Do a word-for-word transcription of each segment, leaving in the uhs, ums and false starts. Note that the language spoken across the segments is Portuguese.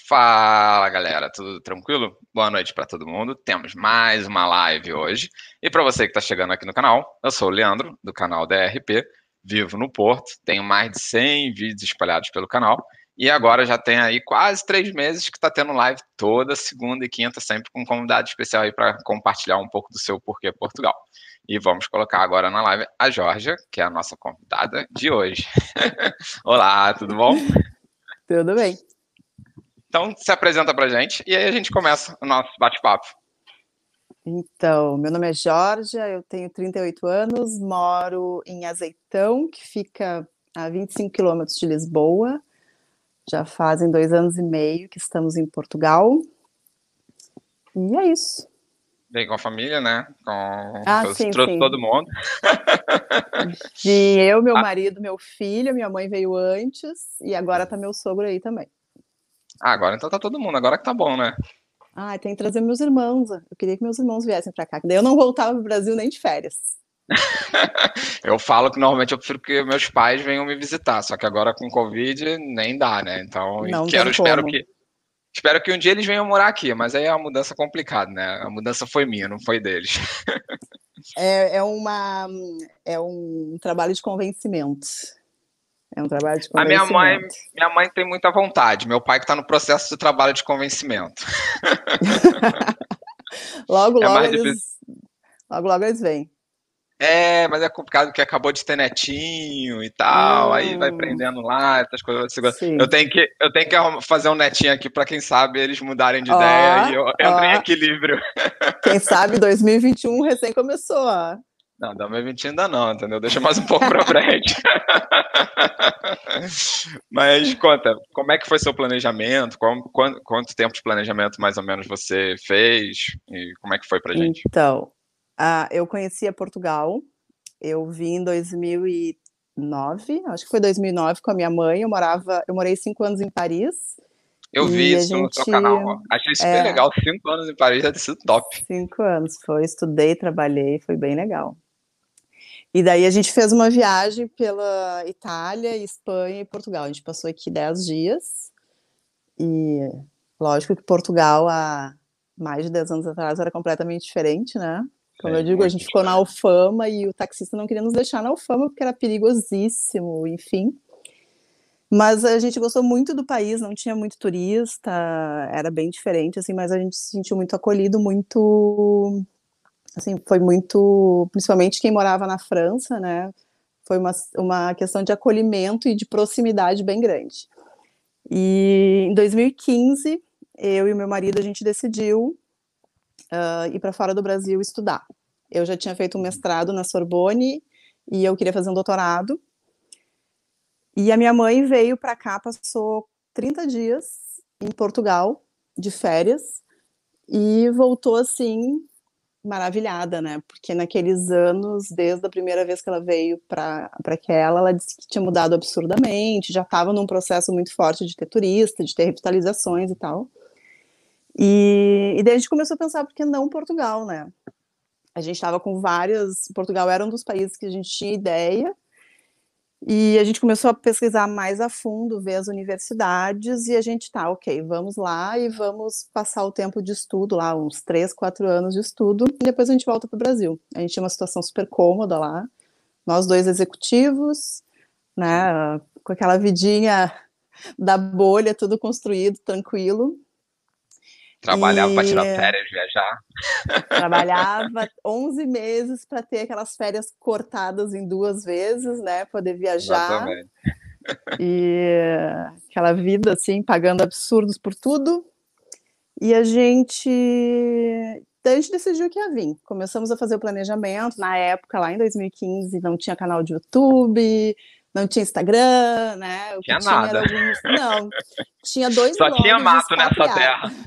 Fala galera, tudo tranquilo? Boa noite para todo mundo. Temos mais uma live hoje. E para você que está chegando aqui no canal, eu sou o Leandro, do canal D R P, vivo no Porto, tenho mais de cem vídeos espalhados pelo canal. E agora já tem aí quase três meses que está tendo live toda segunda e quinta, sempre com um convidado especial aí para compartilhar um pouco do seu porquê Portugal. E vamos colocar agora na live a Georgia, que é a nossa convidada de hoje. Olá, tudo bom? Tudo bem. Então, se apresenta pra gente e aí a gente começa o nosso bate-papo. Então, meu nome é Georgia, eu tenho trinta e oito anos, moro em Azeitão, que fica a vinte e cinco quilômetros de Lisboa. Já fazem dois anos e meio que estamos em Portugal. E é isso. Bem com a família, né? Com... Ah, Trouxe, sim, trouxe sim. todo mundo. De eu, meu Ah, marido, meu filho, minha mãe veio antes e agora tá meu sogro aí também. agora então tá todo mundo, agora que tá bom, né? Ah, tem que trazer meus irmãos. Eu queria que meus irmãos viessem para cá, que daí eu não voltava pro Brasil nem de férias. Eu falo que normalmente eu prefiro que meus pais venham me visitar, só que agora com Covid nem dá, né? Então, e Não quero, tem espero como. que, espero que um dia eles venham morar aqui, mas aí é uma mudança complicada, né? A mudança foi minha, não foi deles. É, é, uma, é um trabalho de convencimento. É um trabalho de A minha mãe, convencimento. minha mãe tem muita vontade, meu pai que tá no processo de trabalho de convencimento. Logo, É logo mais difícil. eles, logo, logo eles vêm. É, mas é complicado porque acabou de ter netinho e tal, aí vai Hum, prendendo lá, essas coisas. Eu sim. tenho que, eu tenho que arrum- fazer um netinho aqui para quem sabe eles mudarem de ideia e Ó, eu entro em ó, equilíbrio. quem sabe dois mil e vinte e um recém começou, ó. Não, dois mil e vinte ainda não, entendeu? Deixa mais um pouco para frente. Mas conta, como é que foi seu planejamento? Qual- quanto, quanto tempo de planejamento mais ou menos você fez? E como é que foi pra gente? Então, ah, eu conhecia Portugal, eu vim em dois mil e nove, acho que foi dois mil e nove com a minha mãe, eu morava, eu morei cinco anos em Paris, Eu vi e a isso no seu gente, canal, ó. Achei super é, legal. Cinco anos em Paris deve ter sido top. cinco anos, foi, estudei, trabalhei, foi bem legal. E daí a gente fez uma viagem pela Itália, Espanha e Portugal. A gente passou aqui dez dias e lógico que Portugal há mais de dez anos atrás era completamente diferente, né? Como eu Sim, digo, a muito gente ficou na diferente. Alfama e o taxista não queria nos deixar na Alfama porque era perigosíssimo, enfim. Mas a gente gostou muito do país, não tinha muito turista, era bem diferente, assim, mas a gente se sentiu muito acolhido, muito, assim, foi muito, principalmente quem morava na França, né? Foi uma, uma questão de acolhimento e de proximidade bem grande. E em dois mil e quinze, eu e meu marido, a gente decidiu uh, ir para fora do Brasil estudar. Eu já tinha feito um mestrado na Sorbonne e eu queria fazer um doutorado. E a minha mãe veio para cá, passou trinta dias em Portugal, de férias, e voltou assim maravilhada, né? Porque naqueles anos, desde a primeira vez que ela veio para aquela, ela disse que tinha mudado absurdamente, já estava num processo muito forte de ter turista, de ter revitalizações e tal. E, e daí a gente começou a pensar, por que não Portugal, né? A gente estava com várias. Portugal era um dos países que a gente tinha ideia, e a gente começou a pesquisar mais a fundo, ver as universidades, e a gente tá, ok, vamos lá e vamos passar o tempo de estudo lá, uns três, quatro anos de estudo, e depois a gente volta para o Brasil. A gente tinha uma situação super cômoda lá, nós dois executivos, né, com aquela vidinha da bolha, tudo construído, tranquilo, Trabalhava para tirar e férias, viajar. trabalhava onze meses para ter aquelas férias cortadas em duas vezes, né, poder viajar, Exatamente. e aquela vida assim, pagando absurdos por tudo. E a gente, daí a gente decidiu que ia vir. Começamos a fazer o planejamento. Na época, lá em dois mil e quinze, não tinha canal de YouTube, não tinha Instagram, né? O que Tinha tinha era nada. alguns. Não, tinha dois Só tinha blogs de mato nessa expatriados. terra.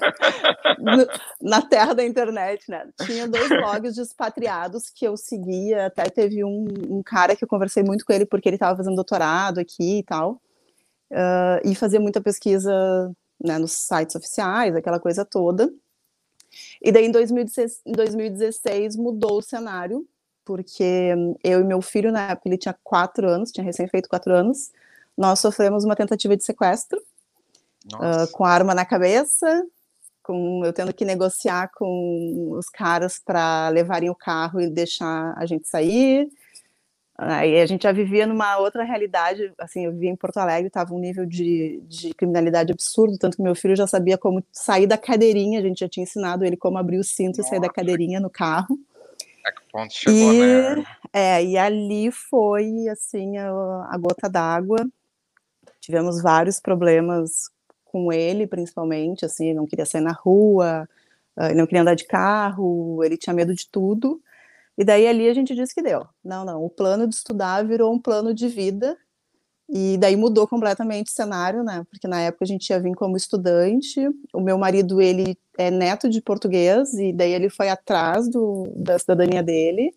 Na terra da internet, né? Tinha dois blogs de expatriados que eu seguia. Até teve um, um cara que eu conversei muito com ele porque ele estava fazendo doutorado aqui e tal. Uh, e fazia muita pesquisa, né, nos sites oficiais, aquela coisa toda. E daí em dois mil e dezesseis mudou o cenário, porque eu e meu filho, na época, ele tinha quatro anos, tinha recém feito quatro anos, nós sofremos uma tentativa de sequestro, Nossa. com a arma na cabeça, com eu tendo que negociar com os caras para levarem o carro e deixar a gente sair. Aí a gente já vivia numa outra realidade, assim, eu vivia em Porto Alegre, estava um nível de, de criminalidade absurdo, tanto que meu filho já sabia como sair da cadeirinha, a gente já tinha ensinado ele como abrir o cinto e sair da cadeirinha no carro. A que ponto chegou, E, né? é, e ali foi, assim, a, a gota d'água. Tivemos vários problemas com ele, principalmente, assim, ele não queria sair na rua, ele não queria andar de carro, ele tinha medo de tudo. E daí ali a gente disse que deu. Não, não, o plano de estudar virou um plano de vida, e daí mudou completamente o cenário, né? Porque na época a gente ia vir como estudante, o meu marido, ele é neto de português, e daí ele foi atrás do, da cidadania dele,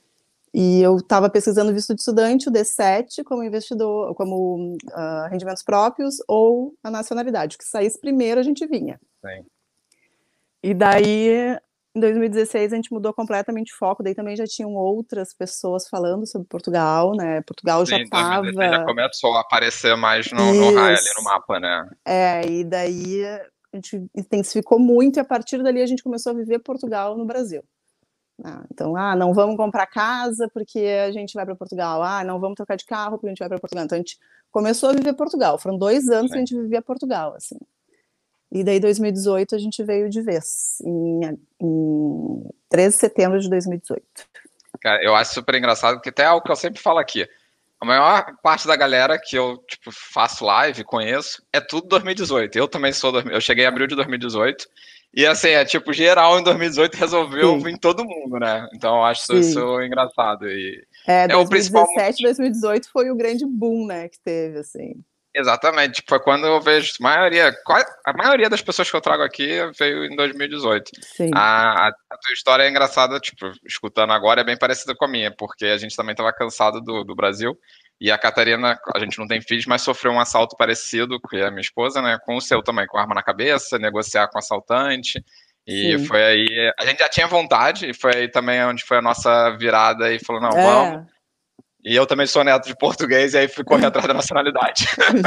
e eu estava pesquisando visto de estudante, o D sete, como investidor, como uh, rendimentos próprios, ou a nacionalidade. O que saísse primeiro a gente vinha. Sim. E daí, em dois mil e dezesseis, a gente mudou completamente o foco, daí também já tinham outras pessoas falando sobre Portugal, né? Portugal já Sim, dois mil e dezesseis já estava... começou a aparecer mais no, no raio ali no Isso. mapa, né? É, e daí a gente intensificou muito, e a partir dali a gente começou a viver Portugal no Brasil. Ah, então, ah, não vamos comprar casa porque a gente vai para Portugal. Ah, não vamos trocar de carro porque a gente vai para Portugal. Então, a gente começou a viver Portugal. Foram dois anos Sim. que a gente vivia Portugal, assim. E daí, em dois mil e dezoito, a gente veio de vez, em, em treze de setembro de dois mil e dezoito. Cara, eu acho super engraçado, porque até é algo que eu sempre falo aqui. A maior parte da galera que eu, tipo, faço live, conheço, é tudo dois mil e dezoito. Eu também sou, eu cheguei em abril de dois mil e dezoito. E assim, é tipo, geral em dois mil e dezoito resolveu Sim. vir todo mundo, né? Então eu acho Sim. isso engraçado. E é, é, dois mil e dezessete, dois mil e dezoito foi o grande boom, né, que teve, assim. Exatamente, tipo, foi quando eu vejo a maioria, a maioria das pessoas que eu trago aqui veio em dois mil e dezoito. Sim. A, a tua história é engraçada, tipo, escutando agora é bem parecida com a minha, porque a gente também estava cansado do, do Brasil, e a Catarina, a gente não tem filhos, mas sofreu um assalto parecido, que é a minha esposa, né, com o seu também, com arma na cabeça, negociar com assaltante, e Sim. foi aí, a gente já tinha vontade, e foi aí também onde foi a nossa virada, e falou, não, é. vamos... E eu também sou neto de português, e aí fui correr atrás da nacionalidade.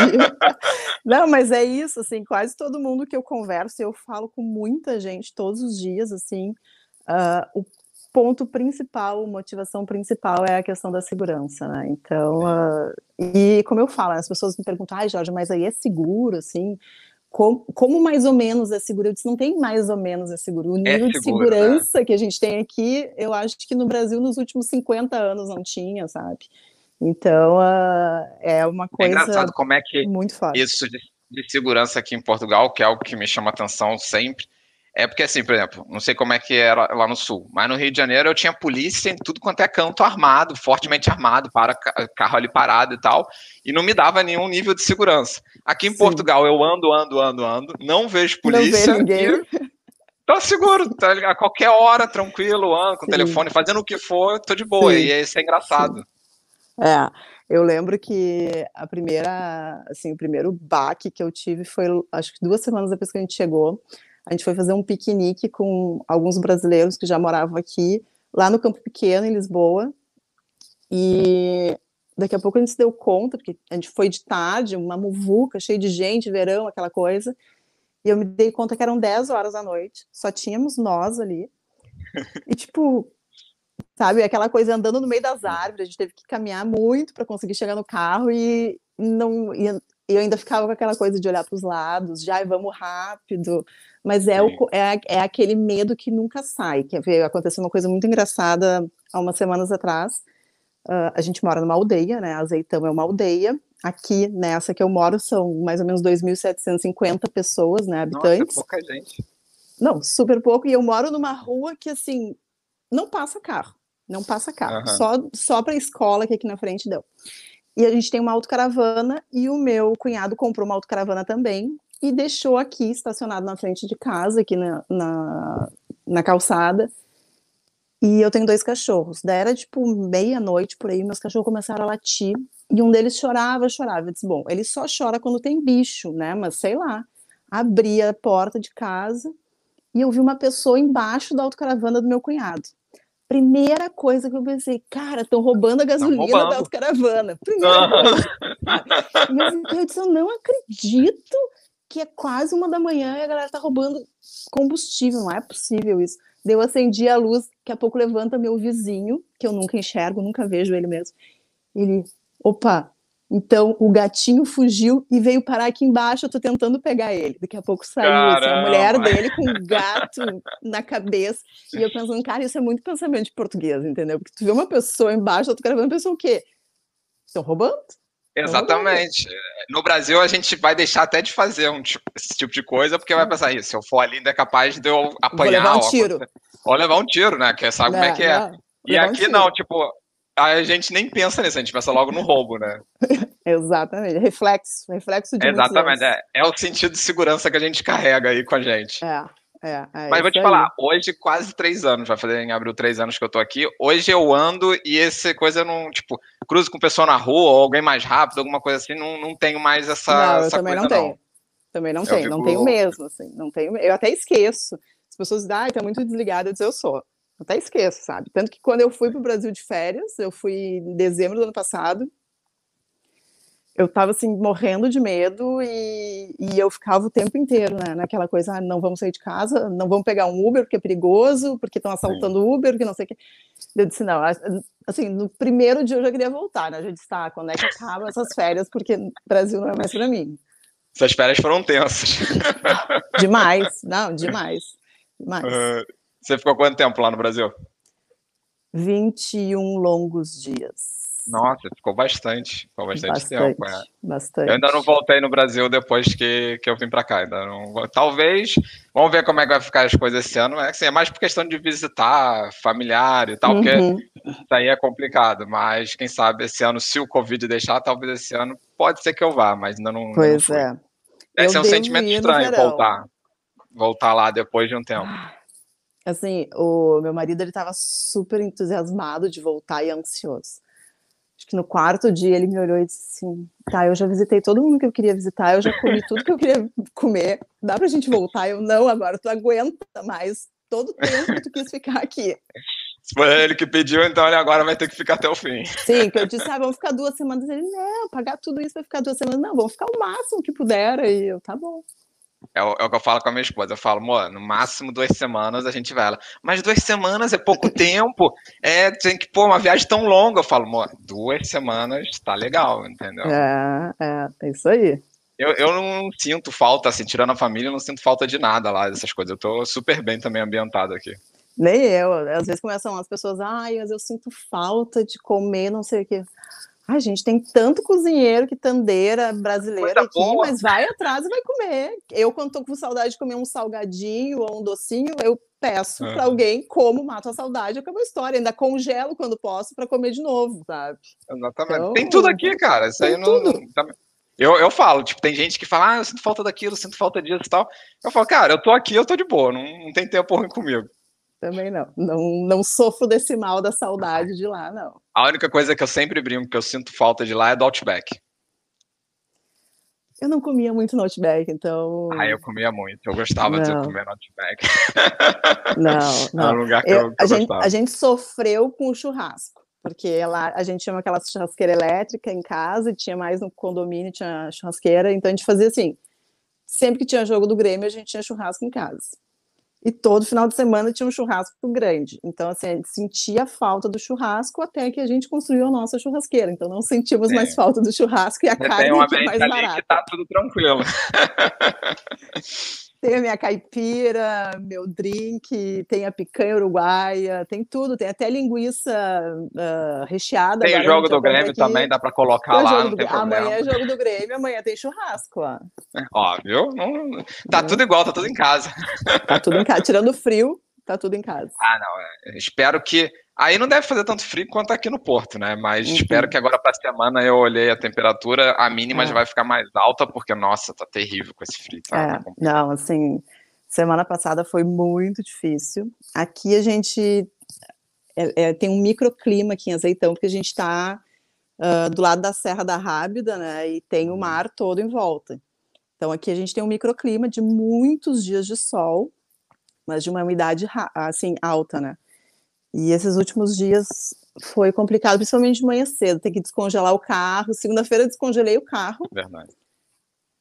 Não, mas é isso, assim, quase todo mundo que eu converso, eu falo com muita gente todos os dias, assim, uh, o ponto principal, a motivação principal é a questão da segurança, né? Então, uh, e como eu falo, as pessoas me perguntam, ai, Jorge, mas aí é seguro, assim... Como, como mais ou menos é seguro? Eu disse, não tem mais ou menos é seguro. O nível é seguro, de segurança né? que a gente tem aqui, eu acho que no Brasil nos últimos cinquenta anos não tinha, sabe? Então, uh, é uma coisa é engraçado como é que muito forte. Isso de, de segurança aqui em Portugal, que é algo que me chama atenção sempre, é porque assim, por exemplo, não sei como é que era lá no Sul, mas no Rio de Janeiro eu tinha polícia em tudo quanto é canto armado, fortemente armado, para carro ali parado e tal, e não me dava nenhum nível de segurança. Aqui em Sim. Portugal eu ando, ando, ando, ando, não vejo polícia. Não vê ninguém. Tô seguro, tá ligado? A qualquer hora, tranquilo, ando com o telefone, fazendo o que for, tô de boa, Sim. e isso é engraçado. Sim. É, eu lembro que a primeira, assim, o primeiro baque que eu tive foi, acho que duas semanas depois que a gente chegou, a gente foi fazer um piquenique com alguns brasileiros que já moravam aqui, lá no Campo Pequeno, em Lisboa, e daqui a pouco a gente se deu conta, porque a gente foi de tarde, uma muvuca, cheia de gente, verão, aquela coisa, e eu me dei conta que eram dez horas da noite, só tínhamos nós ali, e tipo, sabe, aquela coisa andando no meio das árvores, a gente teve que caminhar muito para conseguir chegar no carro, e não... E eu ainda ficava com aquela coisa de olhar para os lados, já vamos rápido, mas é, o, é, é aquele medo que nunca sai. Quer ver? Aconteceu uma coisa muito engraçada há umas semanas atrás. Uh, a gente mora numa aldeia, né? Azeitão é uma aldeia. Aqui, nessa que eu moro, são mais ou menos dois mil setecentas e cinquenta pessoas, né? Habitantes. Nossa, pouca gente. Não, super pouco. E eu moro numa rua que, assim, não passa carro. Não passa carro. Uhum. Só, só para a escola que aqui na frente deu. E a gente tem uma autocaravana, e o meu cunhado comprou uma autocaravana também, e deixou aqui, estacionado na frente de casa, aqui na, na, na calçada, e eu tenho dois cachorros. Daí era tipo meia-noite por aí, meus cachorros começaram a latir, e um deles chorava, chorava. Eu disse, bom, ele só chora quando tem bicho, né, mas sei lá. Abri a porta de casa, e eu vi uma pessoa embaixo da autocaravana do meu cunhado. Primeira coisa que eu pensei, cara, estão roubando a gasolina roubando. da autocaravana. Primeira coisa. E eu, eu disse, eu não acredito que é quase uma da manhã e a galera tá roubando combustível, não é possível isso. Daí eu acendi a luz, daqui a pouco levanta meu vizinho, que eu nunca enxergo, nunca vejo ele mesmo. Ele, opa, então o gatinho fugiu e veio parar aqui embaixo, eu tô tentando pegar ele. Daqui a pouco saiu, assim, a mulher Caramba! dele com um gato na cabeça. E eu pensando, cara, isso é muito pensamento de português, entendeu? Porque tu vê uma pessoa embaixo, outra cara vendo a pessoa o quê? Estão roubando? Estão roubando. Exatamente. No Brasil, a gente vai deixar até de fazer um tipo- esse tipo de coisa, porque vai Não, pensar isso. Se eu for ali, ainda é capaz de eu vou levar apanhar um ou, tiro. acontecer- ou levar um tiro, né? Que sabe como é Não, que é. não, vou E levar um aqui não, tiro. tipo, a gente nem pensa nisso, a gente pensa logo no roubo, né? Exatamente. Reflexo, reflexo de muitos Exatamente. anos. É, é o sentido de segurança que a gente carrega aí com a gente. É, é, é Mas vou isso te aí. falar, hoje quase três anos, vai fazer em abril três anos que eu tô aqui. Hoje eu ando e essa coisa eu não, tipo, cruzo com pessoa na rua ou alguém mais rápido, alguma coisa assim, não, não tenho mais essa, Não, eu essa também não coisa, não. tenho. Também não Eu tenho. Não tenho fico. mesmo, assim. Não tenho. Eu até esqueço. As pessoas dizem, ah, tá muito desligada. Eu digo, eu sou. Eu até esqueço, sabe? Tanto que quando eu fui pro Brasil de férias, eu fui em dezembro do ano passado, eu tava assim, morrendo de medo e, e eu ficava o tempo inteiro, né? Naquela coisa, ah, não vamos sair de casa, não vamos pegar um Uber porque é perigoso, porque estão Sim. assaltando o Uber, que não sei o quê. Eu disse, não, assim, no primeiro dia eu já queria voltar, né? Eu já disse, tá, quando é que acaba essas férias? Porque o Brasil não é mais pra mim. Essas férias foram tensas. Demais, não, demais, demais. Ah, você ficou quanto tempo lá no Brasil? vinte e um longos dias. Nossa, ficou bastante, ficou bastante tempo. É. Bastante, Eu ainda não bastante. voltei no Brasil depois que, que eu vim pra cá. Ainda não, talvez, vamos ver como é que vai ficar as coisas esse ano. É, assim, é mais por questão de visitar familiar e tal, porque Uhum, isso aí é complicado. Mas quem sabe esse ano, se o Covid deixar, talvez esse ano pode ser que eu vá, mas ainda não, ainda não pois fui. é. Deve Eu ser um devo sentimento ir no estranho verão. voltar, voltar lá depois de um tempo. Assim, o meu marido ele estava super entusiasmado de voltar e ansioso. Acho que no quarto dia ele me olhou e disse assim: tá, eu já visitei todo mundo que eu queria visitar, eu já comi tudo que eu queria comer, dá pra gente voltar? Eu não, agora tu aguenta mais todo o tempo que tu quis ficar aqui. Se foi ele que pediu, então ele agora vai ter que ficar até o fim. Sim, que eu disse, ah, vamos ficar duas semanas. Ele, não, pagar tudo isso vai ficar duas semanas. Não, vamos ficar o máximo que puder. E eu, tá bom. É o, é o que eu falo com a minha esposa. Eu falo, mano, no máximo duas semanas a gente vai. Ela, mas duas semanas é pouco tempo. É, tem que pôr uma viagem tão longa. Eu falo, mano, duas semanas tá legal, entendeu? É, é, é isso aí. Eu, eu não sinto falta, assim, tirando a família, eu não sinto falta de nada lá, dessas coisas. Eu tô super bem também ambientado aqui. Nem eu. Às vezes começam as pessoas, ai, mas eu sinto falta de comer, não sei o quê. Ai, gente, tem tanto cozinheiro, quitandeira brasileira Coisa aqui, boa. mas vai atrás e vai comer. Eu, quando tô com saudade de comer um salgadinho ou um docinho, eu peço para Uhum, alguém, como, mato a saudade, acabou a história. Ainda congelo quando posso para comer de novo, sabe? exatamente. Tem tudo Então, aqui, cara. Isso aí tem não. tudo. Eu, eu falo, tipo, tem gente que fala, ah, eu sinto falta daquilo, eu sinto falta disso e tal. Eu falo, cara, eu tô aqui, eu tô de boa, não, não tem tempo ruim comigo. Também não. Não, não sofro desse mal da saudade de lá, não. A única coisa que eu sempre brinco, que eu sinto falta de lá, é do Outback. Eu não comia muito no Outback, Ah, então. eu comia muito, eu gostava de Não, comer no Outback. não, É um não. lugar que Eu, eu, que a, eu gente, a gostava. gente sofreu com o churrasco, porque lá a gente tinha aquela churrasqueira elétrica em casa, e tinha mais no condomínio, tinha churrasqueira, então a gente fazia assim: sempre que tinha jogo do Grêmio, a gente tinha churrasco em casa. E todo final de semana tinha um churrasco grande. Então, assim, a gente sentia falta do churrasco até que a gente construiu a nossa churrasqueira. Então, não sentimos mais Sim. falta do churrasco e a Você tem carne uma aqui é mente mais ali que tá barata. tudo tranquilo. Tem a minha caipira, meu drink, tem a picanha uruguaia, tem tudo. Tem até linguiça uh, recheada. Tem o Agora a jogo gente já do compra Grêmio também, aqui. dá pra colocar Tem o lá, jogo não do tem Grêmio. Amanhã problema. é jogo do Grêmio, amanhã tem churrasco, ó. Ó, viu? Não- Tá tudo Viu? igual, tá tudo em casa. Tá tudo em casa. Tirando o frio, tá tudo em casa. Ah, não, é. Espero que. Aí não deve fazer tanto frio quanto aqui no Porto, né? Mas espero Uhum. que agora pra semana eu olhei a temperatura, a mínima já É. vai ficar mais alta, porque, nossa, tá terrível com esse frio, tá, tá É, complicado. não, assim, semana passada foi muito difícil. Aqui a gente é, é, tem um microclima aqui em Azeitão, porque a gente está uh, do lado da Serra da Rábida, né, e tem o Uhum. mar todo em volta. Então aqui a gente tem um microclima de muitos dias de sol, mas de uma umidade assim alta, né? E esses últimos dias foi complicado, principalmente de manhã cedo, ter que descongelar o carro. Segunda-feira eu descongelei o carro Verdade.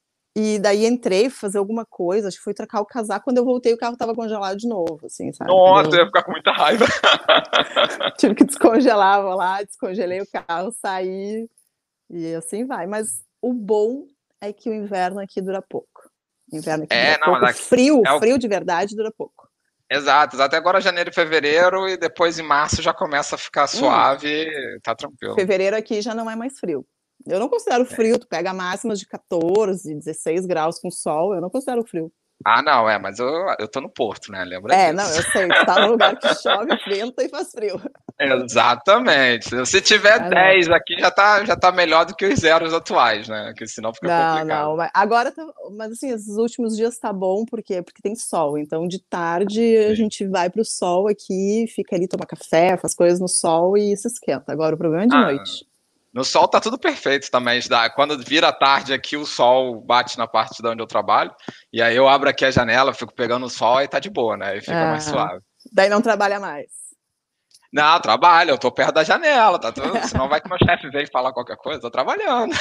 E daí entrei, fazer alguma coisa, acho que fui trocar o casaco, quando eu voltei o carro estava congelado de novo, assim, sabe? Nossa, Eu eu ia ficar com muita raiva. tive que descongelar, vou lá, descongelei o carro, saí, e assim vai. Mas o bom é que o inverno aqui dura pouco. O inverno aqui dura É, não, pouco. mas Frio, é o... frio de verdade dura pouco. Exato, exato. Agora janeiro e fevereiro, e depois em março já começa a ficar Hum, suave, tá tranquilo. fevereiro aqui já não é mais frio. Eu não considero frio, tu pega máximas de catorze, dezesseis graus com sol, eu não considero frio. Ah, não, é, mas eu, eu tô no Porto, né? Lembra É, não, disso. eu sei, tu tá num lugar que chove, venta e faz frio. Exatamente. Se tiver Ah, não. dez aqui, já tá, já tá melhor do que os zeros atuais, né? Porque senão fica Não, complicado. não, mas agora tá, mas assim, esses últimos dias tá bom, por quê? Porque tem sol, então de tarde a Sim. gente vai pro sol aqui, fica ali, toma café, faz coisas no sol e se esquenta. Agora o problema é de Ah, noite. no sol tá tudo perfeito também. Dá- Quando vira a tarde aqui, o sol bate na parte de onde eu trabalho. E aí eu abro aqui a janela, fico pegando o sol e tá de boa, né? E fica mais Ah, suave. daí não trabalha mais. Não, trabalho, eu tô perto da janela, tá tudo. Senão vai que meu chefe vem falar qualquer coisa, tô trabalhando.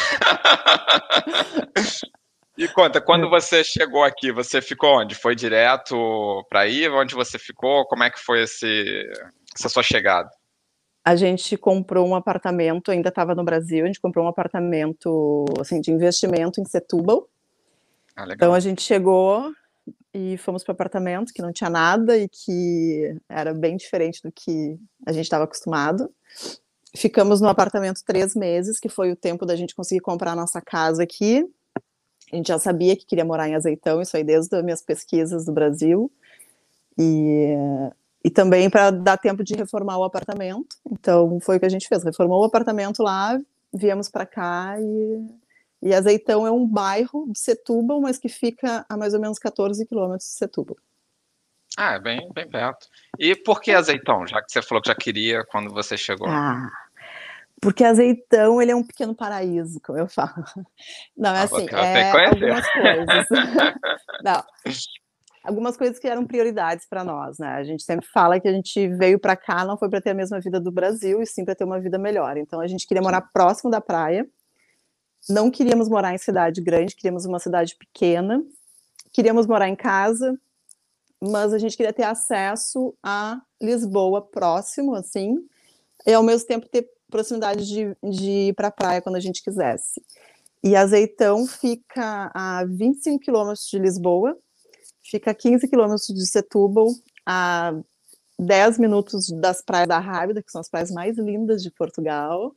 E conta, quando você chegou aqui, você ficou onde? Foi direto pra aí? Onde você ficou? Como é que foi esse, essa sua chegada? A gente comprou um apartamento, ainda estava no Brasil, a gente comprou um apartamento assim, de investimento em Setúbal. Ah, Então a legal. gente chegou e fomos para o apartamento que não tinha nada e que era bem diferente do que a gente estava acostumado. Ficamos no apartamento três meses, que foi o tempo da gente conseguir comprar a nossa casa aqui. A gente já sabia que queria morar em Azeitão, isso aí desde as minhas pesquisas do Brasil. E, e também para dar tempo de reformar o apartamento. Então foi o que a gente fez, reformou o apartamento lá, viemos para cá e, e Azeitão é um bairro de Setúbal, mas que fica a mais ou menos catorze quilômetros de Setúbal. Ah, é bem, bem perto. E por que É. azeitão? Já que você falou que já queria quando você chegou. Ah, porque Azeitão ele é um pequeno paraíso, como eu falo. Não, é Ah, assim, você vai ter que é conhecer. algumas coisas. Não, algumas coisas que eram prioridades para nós, né? A gente sempre fala que a gente veio para cá não foi para ter a mesma vida do Brasil, e sim para ter uma vida melhor. Então a gente queria morar Sim. próximo da praia, não queríamos morar em cidade grande, queríamos uma cidade pequena, queríamos morar em casa, mas a gente queria ter acesso a Lisboa próximo, assim, e ao mesmo tempo ter proximidade de, de ir para a praia quando a gente quisesse. E Azeitão fica a vinte e cinco quilômetros de Lisboa, fica a quinze quilômetros de Setúbal, a dez minutos das praias da Rábida, que são as praias mais lindas de Portugal.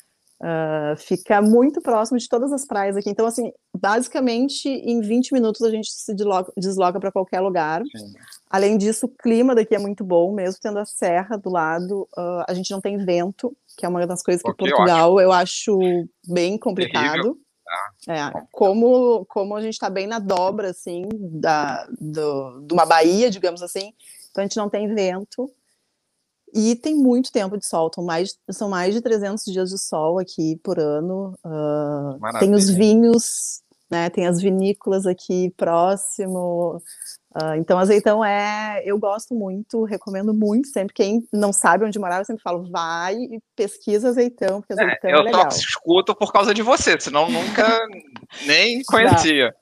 Uh, fica muito próximo de todas as praias aqui. Então, assim, basicamente, em vinte minutos a gente se desloca, desloca para qualquer lugar. Sim. Além disso, o clima daqui é muito bom, mesmo tendo a serra do lado. Uh, a gente não tem vento, que é uma das coisas que Pô, que ótimo. Portugal eu acho bem Terrível. complicado. Ah, É, bom. como, como a gente está bem na dobra, assim, da, do, de uma baía, digamos assim, então a gente não tem vento. E tem muito tempo de sol, são mais, são mais de trezentos dias de sol aqui por ano. Uh, tem os Maravilha. vinhos, né, tem as vinícolas aqui próximo. Uh, então, Azeitão é. Eu gosto muito, recomendo muito sempre. Quem não sabe onde morar, eu sempre falo, vai e pesquisa Azeitão, porque É, Azeitão é eu só legal. escuto por causa de você, senão nunca nem Não, conhecia.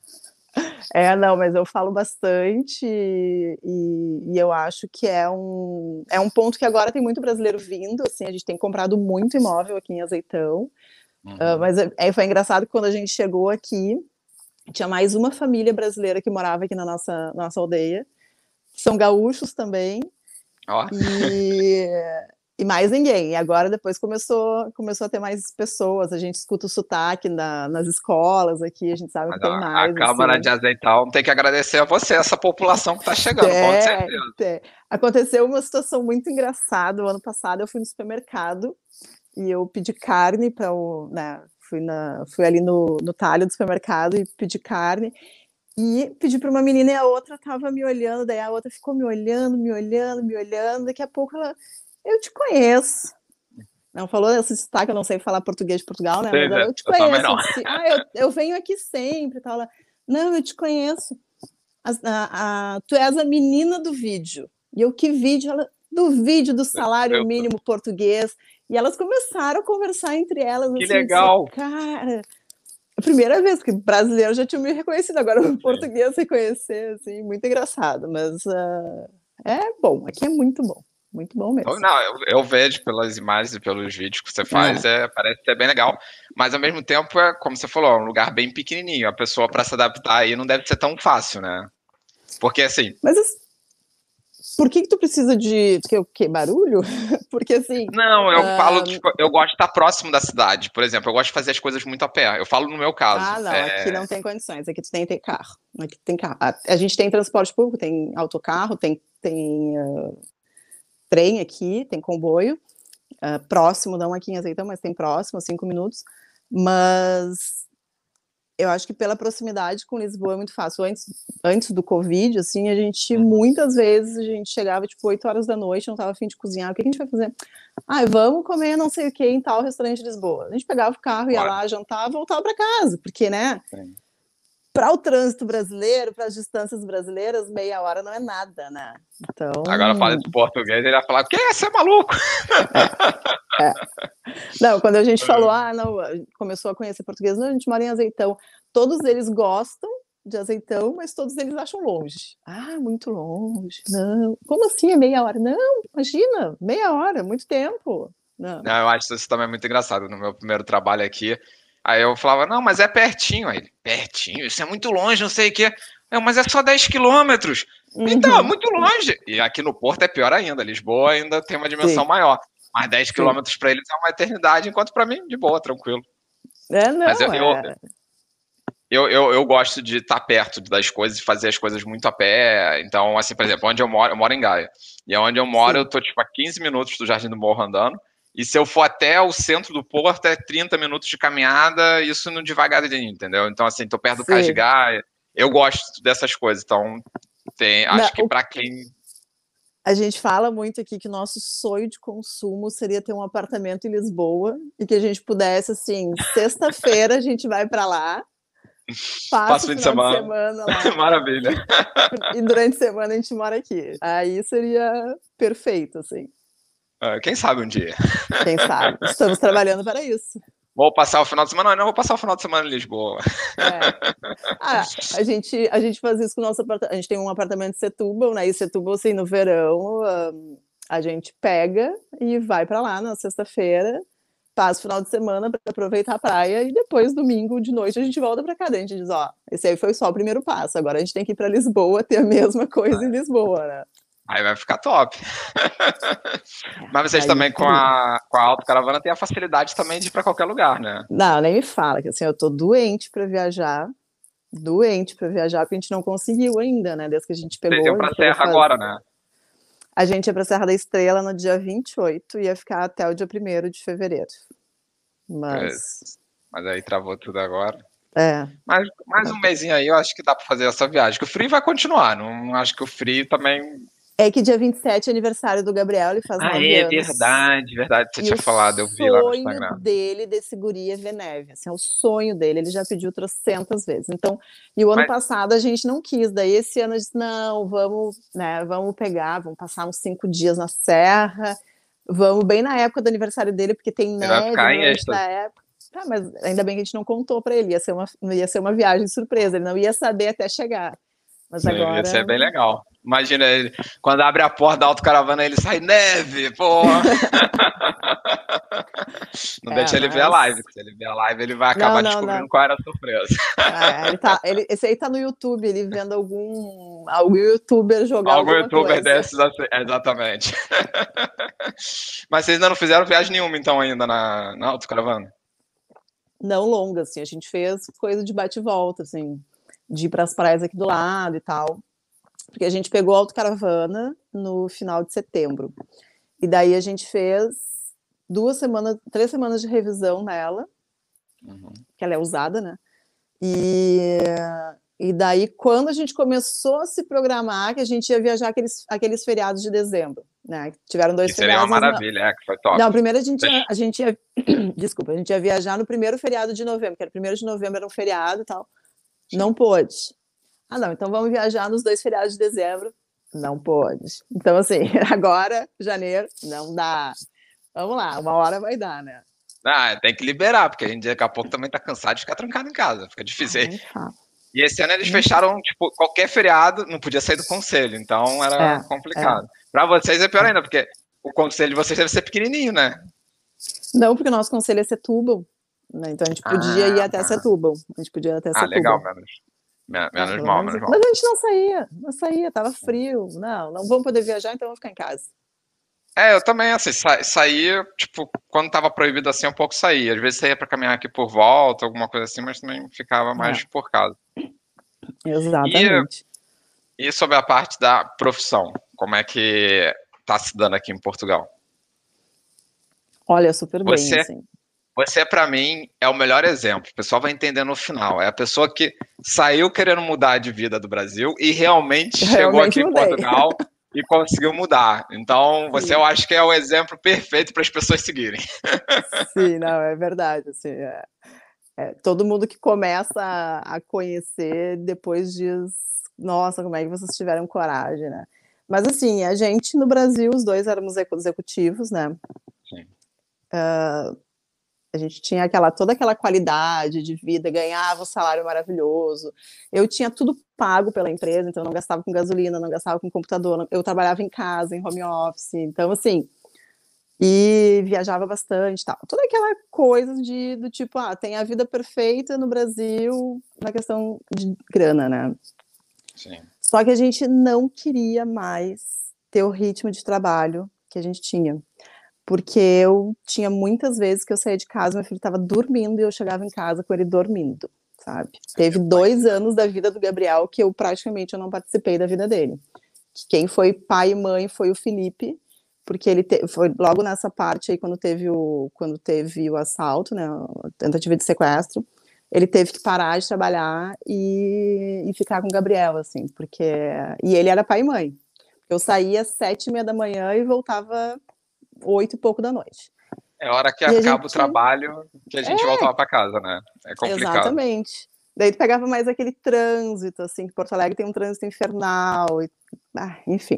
é, não, mas eu falo bastante e, e eu acho que é um, é um ponto que agora tem muito brasileiro vindo, assim, a gente tem comprado muito imóvel aqui em Azeitão, uh, Uhum. mas é, foi engraçado que quando a gente chegou aqui, tinha mais uma família brasileira que morava aqui na nossa, nossa aldeia, são gaúchos também, Ó, e, e mais ninguém. E agora depois começou, começou a ter mais pessoas, a gente escuta o sotaque na, nas escolas aqui, a gente sabe que mas tem a, a mais, Câmara de assim. Azeitão tem que agradecer a você, essa população que está chegando, com É, certeza. é. Aconteceu uma situação muito engraçada. O ano passado eu fui no supermercado e eu pedi carne para o. Né, fui, na, fui ali no, no talho do supermercado e pedi carne. E pedi para uma menina e a outra estava me olhando, daí a outra ficou me olhando, me olhando, me olhando. Daqui a pouco ela. Eu te conheço. Não falou esse sotaque, eu não sei falar português de Portugal, né? Mas Pois ela, é, eu te eu também conheço. não. Eu disse, ah, eu, eu venho aqui sempre. Tal. Ela, não, eu te conheço. A, a, a, tu és a menina do vídeo. E eu, que vídeo? Ela, do vídeo do salário Eu tô. mínimo português. E elas começaram a conversar entre elas, Que assim, eu disse, legal. cara... A primeira vez, porque brasileiro já tinha me reconhecido, agora o Sim. português reconhecer, assim, muito engraçado, mas uh, é bom, aqui é muito bom, muito bom mesmo. Não, eu, eu vejo pelas imagens e pelos vídeos que você faz, É. é, parece ser bem legal, mas ao mesmo tempo, é, como você falou, é um lugar bem pequenininho, a pessoa para se adaptar aí não deve ser tão fácil, né? Porque assim... Mas por que que tu precisa de que, o quê? Barulho? Porque assim... Não, eu falo, Uh... tipo, eu gosto de estar próximo da cidade, por exemplo, eu gosto de fazer as coisas muito a pé, eu falo no meu caso. Ah, não, é... aqui não tem condições, aqui tu tem que ter carro. Aqui tem carro. A, a gente tem transporte público, tem autocarro, tem, tem uh, trem aqui, tem comboio, uh, próximo, não aqui em Azeitão, mas tem próximo, cinco minutos, mas eu acho que pela proximidade com Lisboa é muito fácil. Antes, antes do Covid, assim, a gente, muitas vezes, a gente chegava, tipo, oito horas da noite, não tava a fim de cozinhar, o que a gente vai fazer? Ah, vamos comer não sei o que em tal restaurante de Lisboa. A gente pegava o carro, ia Claro. lá, jantava, voltava para casa, porque, né, para o trânsito brasileiro, para as distâncias brasileiras, meia hora não é nada, né? Então... Agora fala de português, ele vai falar, o que? Você é maluco? É, é. Não, quando a gente falou, ah, não, começou a conhecer português, não, a gente mora em Azeitão. Todos eles gostam de Azeitão, mas todos eles acham longe. Ah, muito longe. Não. Como assim é meia hora? Não, imagina, meia hora, muito tempo. Não, não eu acho isso também muito engraçado. No meu primeiro trabalho aqui, aí eu falava, não, mas é pertinho. Aí, pertinho? Isso é muito longe, não sei o quê. Eu, mas é só dez quilômetros. Uhum. Então, é muito longe. E aqui no Porto é pior ainda. Lisboa ainda tem uma dimensão Sim. maior. Mas dez quilômetros para eles é uma eternidade, enquanto para mim, de boa, tranquilo. É, não, mas eu, é... eu, eu, eu, eu gosto de estar perto das coisas e fazer as coisas muito a pé. Então, assim, por exemplo, onde eu moro, eu moro em Gaia. E onde eu moro, Sim. eu tô, tipo, a quinze minutos do Jardim do Morro andando. E se eu for até o centro do Porto, é trinta minutos de caminhada, isso no devagarinho, entendeu? Então, assim, tô perto do Cais de Gaia. Eu gosto dessas coisas. Então, tem, acho não, que para quem... A gente fala muito aqui que o nosso sonho de consumo seria ter um apartamento em Lisboa e que a gente pudesse, assim, sexta-feira a gente vai para lá, passa o final de semana, de semana lá. Maravilha. E durante a semana a gente mora aqui. Aí seria perfeito, assim. Quem sabe um dia. Quem sabe. Estamos trabalhando para isso. Vou passar o final de semana? Não, vou passar o final de semana em Lisboa. É. Ah, a gente, a gente faz isso com o nosso apartamento. A gente tem um apartamento em Setúbal, né? E Setúbal, assim, no verão, a gente pega e vai para lá na sexta-feira, passa o final de semana para aproveitar a praia e depois, domingo de noite, a gente volta para cá. A gente diz, ó, esse aí foi só o primeiro passo, agora a gente tem que ir para Lisboa ter a mesma coisa em Lisboa, né? Aí vai ficar top. Mas vocês aí, também, com a, com a autocaravana, tem a facilidade também de ir para qualquer lugar, né? Não, nem me fala, que assim, eu tô doente para viajar, doente para viajar, porque a gente não conseguiu ainda, né? Desde que a gente pegou. Vocês iam para a Serra fazer... agora, né? A gente ia para a Serra da Estrela no dia vinte e oito e ia ficar até o dia primeiro de fevereiro. Mas... É, mas aí travou tudo agora. É. Mas mais um mesinho aí, eu acho que dá para fazer essa viagem. Que o frio vai continuar, não acho que o frio também... É que dia vinte e sete é aniversário do Gabriel, ele faz ah, nove é, anos. verdade, verdade, você e tinha falado, eu vi lá no Instagram. O sonho dele desse guri é ver neve, assim, é o sonho dele, ele já pediu trocentas vezes. Então, e o ano Mas... passado a gente não quis, daí esse ano a gente disse, não, vamos, né, vamos pegar, vamos passar uns cinco dias na serra, vamos bem na época do aniversário dele, porque tem ele neve vai ficar na época. Tá, mas ainda bem que a gente não contou para ele, ia ser uma, ia ser uma viagem surpresa, ele não ia saber até chegar. Mas Sim, agora... ia ser bem legal. Imagina ele, quando abre a porta da autocaravana, ele sai neve, porra! Não é, deixa ele mas... ver a live, porque se ele ver a live, ele vai acabar não, não, descobrindo não. qual era a surpresa. É, ele tá, ele, esse aí tá no YouTube, ele vendo algum, algum youtuber jogar algum alguma youtuber coisa. desses, assim, exatamente. Mas vocês ainda não fizeram viagem nenhuma, então, ainda na, na autocaravana? Não longa, assim, a gente fez coisa de bate e volta, assim, de ir para as praias aqui do lado e tal. Porque a gente pegou a autocaravana no final de setembro. E daí a gente fez duas semanas, três semanas de revisão nela, uhum. que ela é usada, né? E, e daí, quando a gente começou a se programar, que a gente ia viajar aqueles, aqueles feriados de dezembro, né? Tiveram dois que feriados. Seria uma maravilha, não... é, que foi top. Não, primeiro a gente, ia, a gente ia... Desculpa, a gente ia viajar no primeiro feriado de novembro, que era o primeiro de novembro, era um feriado e tal. Sim. Não pôde. Ah, não, então vamos viajar nos dois feriados de dezembro. Não pôde. Então, assim, agora, janeiro, não dá. Vamos lá, uma hora vai dar, né? Ah, tem que liberar, porque a gente daqui a pouco também tá cansado de ficar trancado em casa, fica difícil. Ah, aí. nem fala. E esse ano eles Nem fecharam, tipo, qualquer feriado, não podia sair do conselho, então era É, é, complicado. Pra vocês é pior é. ainda, porque o conselho de vocês deve ser pequenininho, né? Não, porque o nosso conselho é Setúbal, né? Então a gente podia ir Ah, até tá. Setúbal. A gente podia ir até Ah, legal, Setúbal. menos, me- É, menos pelo mal, menos. menos Mas mal. a gente não saía, não saía, tava frio. Não, não vamos poder viajar, então vamos ficar em casa. É, eu também, assim, sa saía, tipo, quando tava proibido assim, um pouco saía. Às vezes saía pra caminhar aqui por volta, alguma coisa assim, mas também ficava mais É, por casa. E, exatamente. e sobre a parte da profissão, como é que tá se dando aqui em Portugal? Olha, super bem, Você, assim. você para mim, é o melhor exemplo. O pessoal vai entender no final. É a pessoa que saiu querendo mudar de vida do Brasil e realmente Eu chegou realmente aqui em mudei. Portugal e conseguiu mudar. Então, você, eu Sim, acho que é o exemplo perfeito para as pessoas seguirem. sim, não, é verdade, assim, é, é, todo mundo que começa a, a conhecer depois diz, nossa, como é que vocês tiveram coragem, né? Mas assim, a gente no Brasil, os dois éramos executivos, né? Sim, A gente tinha aquela toda aquela qualidade de vida, ganhava um salário maravilhoso. Eu tinha tudo pago pela empresa, então eu não gastava com gasolina, não gastava com computador, eu trabalhava em casa, em home office, então assim, e viajava bastante, tal. Toda aquela coisa de do tipo, ah, tem a vida perfeita no Brasil na questão de grana, né? sim. Só que a gente não queria mais ter o ritmo de trabalho que a gente tinha. Porque eu tinha muitas vezes que eu saía de casa, meu filho estava dormindo e eu chegava em casa com ele dormindo, sabe? Teve dois anos da vida do Gabriel que eu praticamente eu não participei da vida dele. Quem foi pai e mãe foi o Felipe, porque ele te, foi logo nessa parte aí quando teve o quando teve o assalto, né, a tentativa de sequestro, ele teve que parar de trabalhar e, e ficar com o Gabriel, assim, porque e ele era pai e mãe. Eu saía às sete e meia da manhã e voltava oito e pouco da noite. É hora que E a acaba o gente. trabalho que a gente É, volta lá para casa, né? É complicado. exatamente. Daí tu pegava mais aquele trânsito, assim, que Porto Alegre tem um trânsito infernal, e, ah, enfim.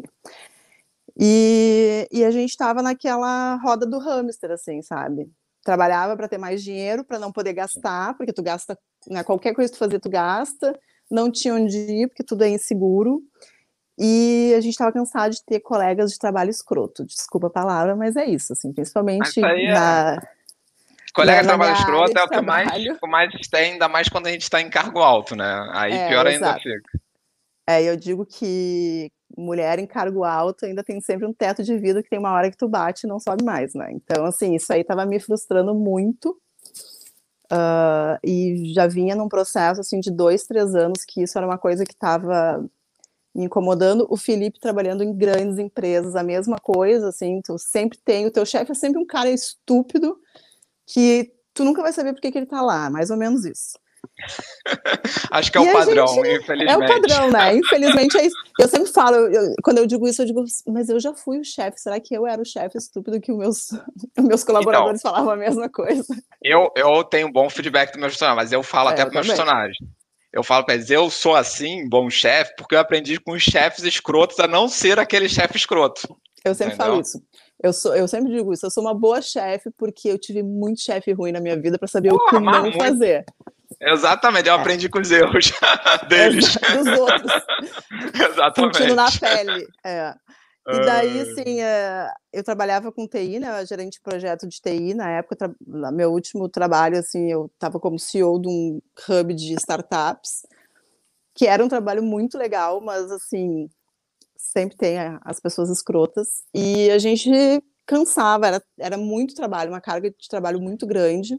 E, e a gente estava naquela roda do hamster, assim, sabe? Trabalhava para ter mais dinheiro, para não poder gastar, porque tu gasta, né, qualquer coisa que tu fazia, tu gasta. Não tinha onde ir, porque tudo é inseguro. E a gente estava cansado de ter colegas de trabalho escroto. Desculpa a palavra, mas é isso, assim, Mas isso principalmente aí é. na, Colega na, de na trabalho minha área escroto é de o que mais, trabalho. o mais tem, ainda mais quando a gente está em cargo alto, né? Aí É, pior ainda exato. fica. É, eu digo que mulher em cargo alto ainda tem sempre um teto de vida que tem uma hora que tu bate e não sobe mais, né? Então, assim, isso aí estava me frustrando muito. Uh, e já vinha num processo assim de dois, três anos que isso era uma coisa que estava me incomodando. O Felipe trabalhando em grandes empresas, a mesma coisa, assim, tu sempre tem, o teu chefe é sempre um cara estúpido que tu nunca vai saber por que, que ele tá lá, mais ou menos isso. Acho que é E o a gente padrão, é o infelizmente. padrão, né? Infelizmente é isso. Eu sempre falo, eu, quando eu digo isso, eu digo, mas eu já fui o chefe. Será que eu era o chefe estúpido que os meus, meus Então, colaboradores falavam a mesma coisa? eu, eu tenho bom feedback dos meus funcionários, mas eu falo É, até eu para meus também. funcionários. Eu falo para eles, eu sou assim, bom chefe, porque eu aprendi com os chefes escrotos a não ser aquele chefe escroto. Eu sempre falo Entendeu? isso. Eu, sou, eu sempre digo isso. Eu sou uma boa chefe porque eu tive muito chefe ruim na minha vida para saber o que Porra, mas não muito. fazer. Exatamente, eu É, aprendi com os erros deles. exa- dos outros. Sentindo na Exatamente. pele. É. E daí, assim, é, eu trabalhava com T I, né, gerente de projeto de T I, na época, tra- meu último trabalho, assim, eu estava como C E O de um hub de startups, que era um trabalho muito legal, mas, assim, sempre tem é, as pessoas escrotas, e a gente cansava, era, era muito trabalho, uma carga de trabalho muito grande,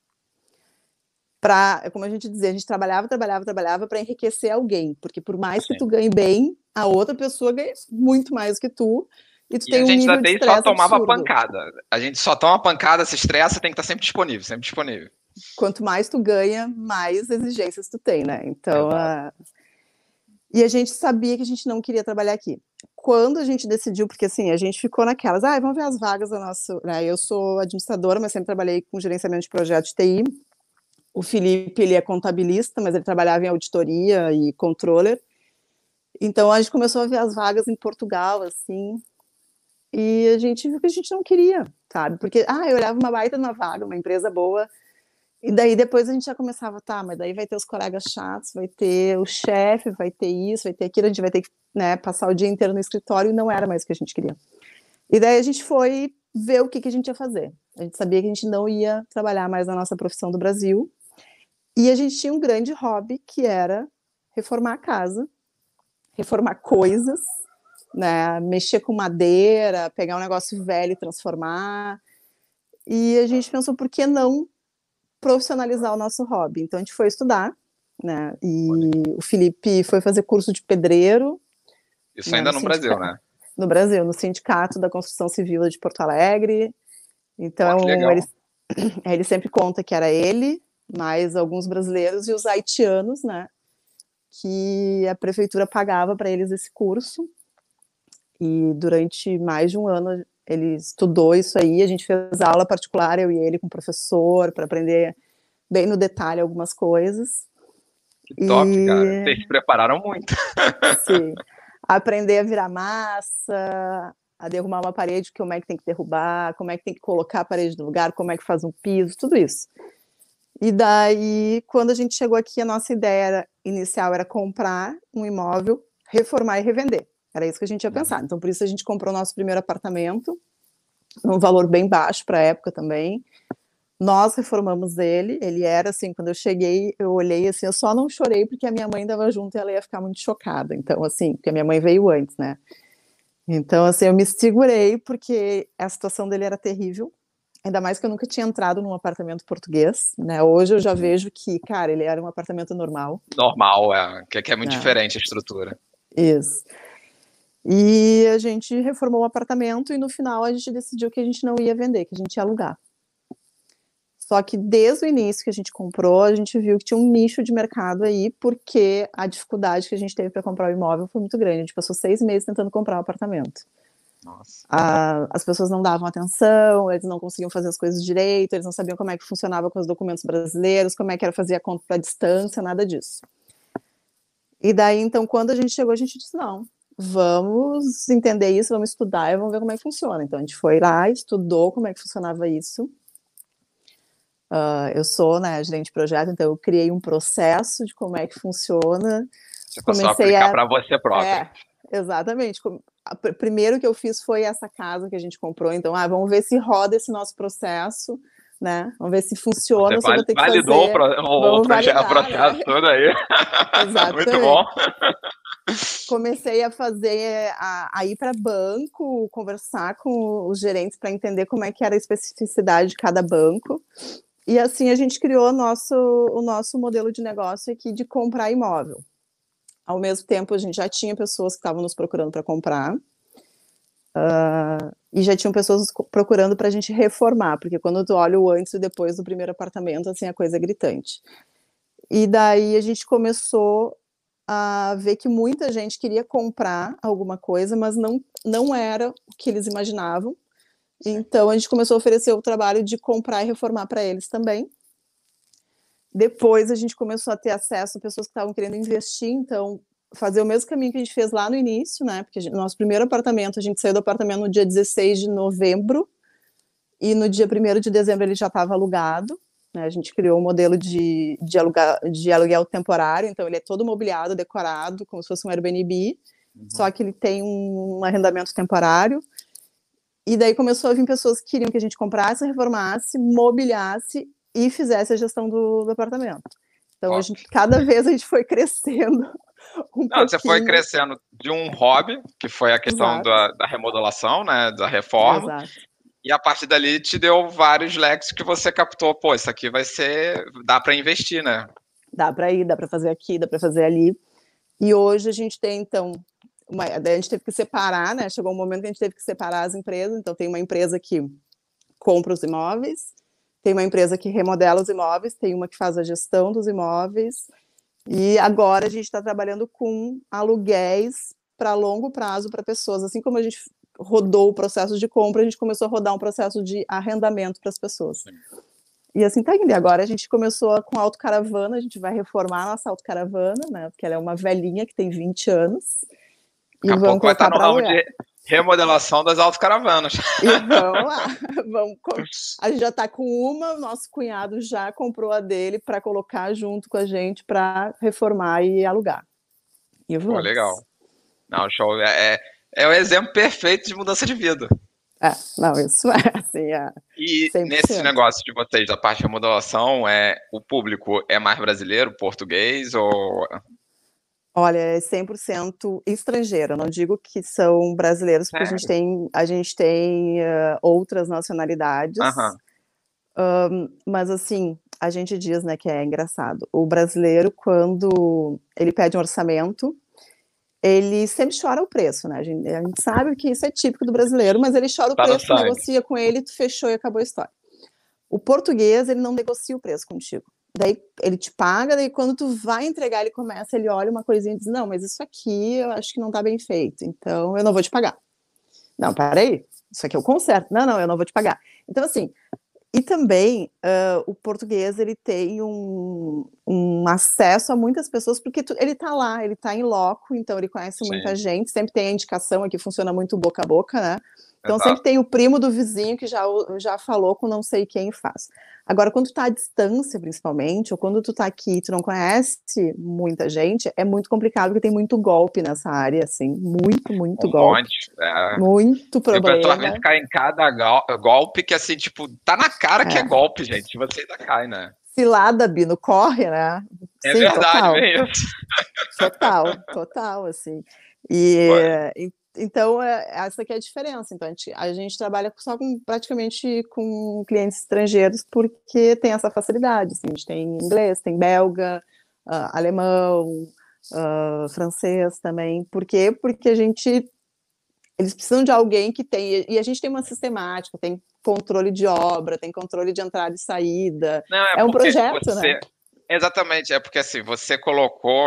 para, como a gente dizia, a gente trabalhava, trabalhava, trabalhava para enriquecer alguém, porque por mais que tu Sim. ganhe bem, a outra pessoa ganha muito mais que tu, e tu E a tem um gente da nível de T I só estresse tomava absurdo. pancada. A gente só toma pancada, se estressa, tem que estar sempre disponível, sempre disponível. Quanto mais tu ganha, mais exigências tu tem, né? Então, Exato. uh... e a gente sabia que a gente não queria trabalhar aqui. Quando a gente decidiu, porque assim, a gente ficou naquelas, ah, vamos ver as vagas da nossa. Né? Eu sou administradora, mas sempre trabalhei com gerenciamento de projetos de T I. O Felipe, ele é contabilista, mas ele trabalhava em auditoria e controller. Então a gente começou a ver as vagas em Portugal, assim. E a gente viu que a gente não queria, sabe? Porque, ah, eu olhava uma baita numa vaga, uma empresa boa, e daí depois a gente já começava, tá, mas daí vai ter os colegas chatos, vai ter o chefe, vai ter isso, vai ter aquilo, a gente vai ter que, né, passar o dia inteiro no escritório, e não era mais o que a gente queria. E daí a gente foi ver o que, que a gente ia fazer. A gente sabia que a gente não ia trabalhar mais na nossa profissão do Brasil, e a gente tinha um grande hobby, que era reformar a casa, reformar coisas, né, mexer com madeira, pegar um negócio velho e transformar. E a gente pensou, por que não profissionalizar o nosso hobby? Então a gente foi estudar, né? E o Felipe foi fazer curso de pedreiro. Isso né, ainda no, no Brasil, né? no Brasil, no Sindicato da Construção Civil de Porto Alegre. Pô, que Então ele, legal. ele sempre conta que era ele, mais alguns brasileiros e os haitianos, né? Que a prefeitura pagava para eles esse curso. E durante mais de um ano ele estudou isso aí, a gente fez aula particular, eu e ele com o professor, para aprender bem no detalhe algumas coisas. Que top, cara. E, Vocês se prepararam muito. sim, aprender a virar massa, a derrubar uma parede, como é que tem que derrubar, como é que tem que colocar a parede no lugar, como é que faz um piso, tudo isso. E daí, quando a gente chegou aqui, a nossa ideia era, inicial era comprar um imóvel, reformar e revender. Era isso que a gente ia pensar. Então, por isso a gente comprou o nosso primeiro apartamento, num valor bem baixo para a época também. Nós reformamos ele, ele era assim, quando eu cheguei, eu olhei assim, eu só não chorei porque a minha mãe estava junto e ela ia ficar muito chocada. Então, assim, porque a minha mãe veio antes, né? Então, assim, eu me segurei porque a situação dele era terrível. Ainda mais que eu nunca tinha entrado num apartamento português, né? Hoje eu já vejo que, cara, ele era um apartamento normal. Normal, é. Que que é muito Né? diferente a estrutura. Isso. E a gente reformou o apartamento e no final a gente decidiu que a gente não ia vender, que a gente ia alugar. Só que desde o início que a gente comprou, a gente viu que tinha um nicho de mercado aí, porque a dificuldade que a gente teve para comprar o imóvel foi muito grande. A gente passou seis meses tentando comprar o apartamento. Nossa. Ah, as pessoas não davam atenção, eles não conseguiam fazer as coisas direito, eles não sabiam como é que funcionava com os documentos brasileiros, como é que era fazer a conta para distância, nada disso. E daí, então, quando a gente chegou, a gente disse, não, vamos entender isso, vamos estudar e vamos ver como é que funciona. Então, a gente foi lá, estudou como é que funcionava isso. Uh, eu sou, né, gerente de projeto, então eu criei um processo de como é que funciona. Você começou a Comecei aplicar a... para você próprio. É, exatamente. Primeiro que eu fiz foi essa casa que a gente comprou, então, ah, vamos ver se roda esse nosso processo, né? Vamos ver se funciona, Você se eu vou ter que validou fazer... o, pro, o, Vamos proje- o validar, processo né? todo aí. Muito bom. Exatamente. Comecei a fazer, a, a ir para banco, conversar com os gerentes para entender como é que era a especificidade de cada banco. E assim a gente criou nosso, o nosso modelo de negócio aqui de comprar imóvel. Ao mesmo tempo, a gente já tinha pessoas que estavam nos procurando para comprar, uh, e já tinham pessoas procurando para a gente reformar, porque quando tu olha o antes e depois do primeiro apartamento, assim, a coisa é gritante. E daí a gente começou a ver que muita gente queria comprar alguma coisa, mas não, não era o que eles imaginavam. Então, a gente começou a oferecer o trabalho de comprar e reformar para eles também. Depois, a gente começou a ter acesso a pessoas que estavam querendo investir, então, fazer o mesmo caminho que a gente fez lá no início, né? Porque no nosso primeiro apartamento, a gente saiu do apartamento no dia dezesseis de novembro, e no dia primeiro de dezembro ele já estava alugado, né? A gente criou um modelo de, de, alugar, de aluguel temporário, então ele é todo mobiliado, decorado, como se fosse um Airbnb, uhum. Só que ele tem um, um arrendamento temporário. E daí começou a vir pessoas que queriam que a gente comprasse, reformasse, mobiliasse e fizesse a gestão do, do apartamento. Então, a gente, cada vez a gente foi crescendo um Não, você foi pouquinho. crescendo de um hobby, que foi a questão da, da remodelação, né, da reforma. Exato. E a partir dali te deu vários leques que você captou. Pô, isso aqui vai ser... Dá para investir, né? Dá para ir, dá para fazer aqui, dá para fazer ali. E hoje a gente tem, então... Uma, a gente teve que separar, né? Chegou um momento que a gente teve que separar as empresas. Então, tem uma empresa que compra os imóveis, tem uma empresa que remodela os imóveis, tem uma que faz a gestão dos imóveis. E agora a gente está trabalhando com aluguéis para longo prazo para pessoas. Assim como a gente rodou o processo de compra, a gente começou a rodar um processo de arrendamento para as pessoas. Sim. E assim tá indo. E agora a gente começou com a autocaravana, a gente vai reformar a nossa autocaravana, né? Porque ela é uma velhinha que tem vinte anos. Daqui a pouco vai estar no ramo de, Remodelação das autocaravanas. E vamos lá, vamos. A gente já está com uma, nosso cunhado já comprou a dele para colocar junto com a gente para reformar e alugar. E Pô, vamos. legal. Não, show. É, é, é o exemplo perfeito de mudança de vida. É, não, isso é assim, é E cem por nesse cento. negócio de vocês, da parte de remodelação, é, o público é mais brasileiro, português ou... Olha, é cem por cento estrangeiro. Eu não digo que são brasileiros, porque a gente Sério? tem, a gente tem uh, outras nacionalidades, Aham, um, mas assim, a gente diz, né, que é engraçado. O brasileiro, quando ele pede um orçamento, ele sempre chora o preço, né? A gente, a gente sabe que isso é típico do brasileiro, mas ele chora o tá no preço, tu sangue. negocia com ele, tu fechou e acabou a história. O português, ele não negocia o preço contigo. Daí ele te paga, daí quando tu vai entregar, ele começa, ele olha uma coisinha e diz, não, mas isso aqui eu acho que não tá bem feito, então eu não vou te pagar. Não, peraí, isso aqui eu conserto. Não, não, eu não vou te pagar. Então, assim, e também uh, o português, ele tem um, um acesso a muitas pessoas, porque tu, ele tá lá, ele tá em loco, então ele conhece muita Sim, gente, sempre tem a indicação, aqui funciona muito boca a boca, né? Então sempre exato. tem o primo do vizinho que já, já falou com não sei quem faz. Agora, quando tu tá à distância, principalmente, ou quando tu tá aqui e tu não conhece muita gente, é muito complicado, porque tem muito golpe nessa área, assim, muito, muito Um golpe, monte. É. muito E o pessoal às vezes problema. cai em cada gol- golpe que, assim, tipo, tá na cara que é É. golpe, gente. Você ainda cai, né? Cilada, Bino, corre, né? É Sim, verdade, total. bem isso. Total, total, assim. E, Pô, e- então, é, essa que é a diferença. Então, a gente, a gente trabalha só com, praticamente com clientes estrangeiros porque tem essa facilidade. Assim, a gente tem inglês, tem belga, ah, alemão, ah, francês também. Por quê? Porque a gente, eles precisam de alguém que tem, e a gente tem uma sistemática, tem controle de obra, tem controle de entrada e saída. não, é É um porque projeto, né? você. Exatamente, é porque assim, você colocou,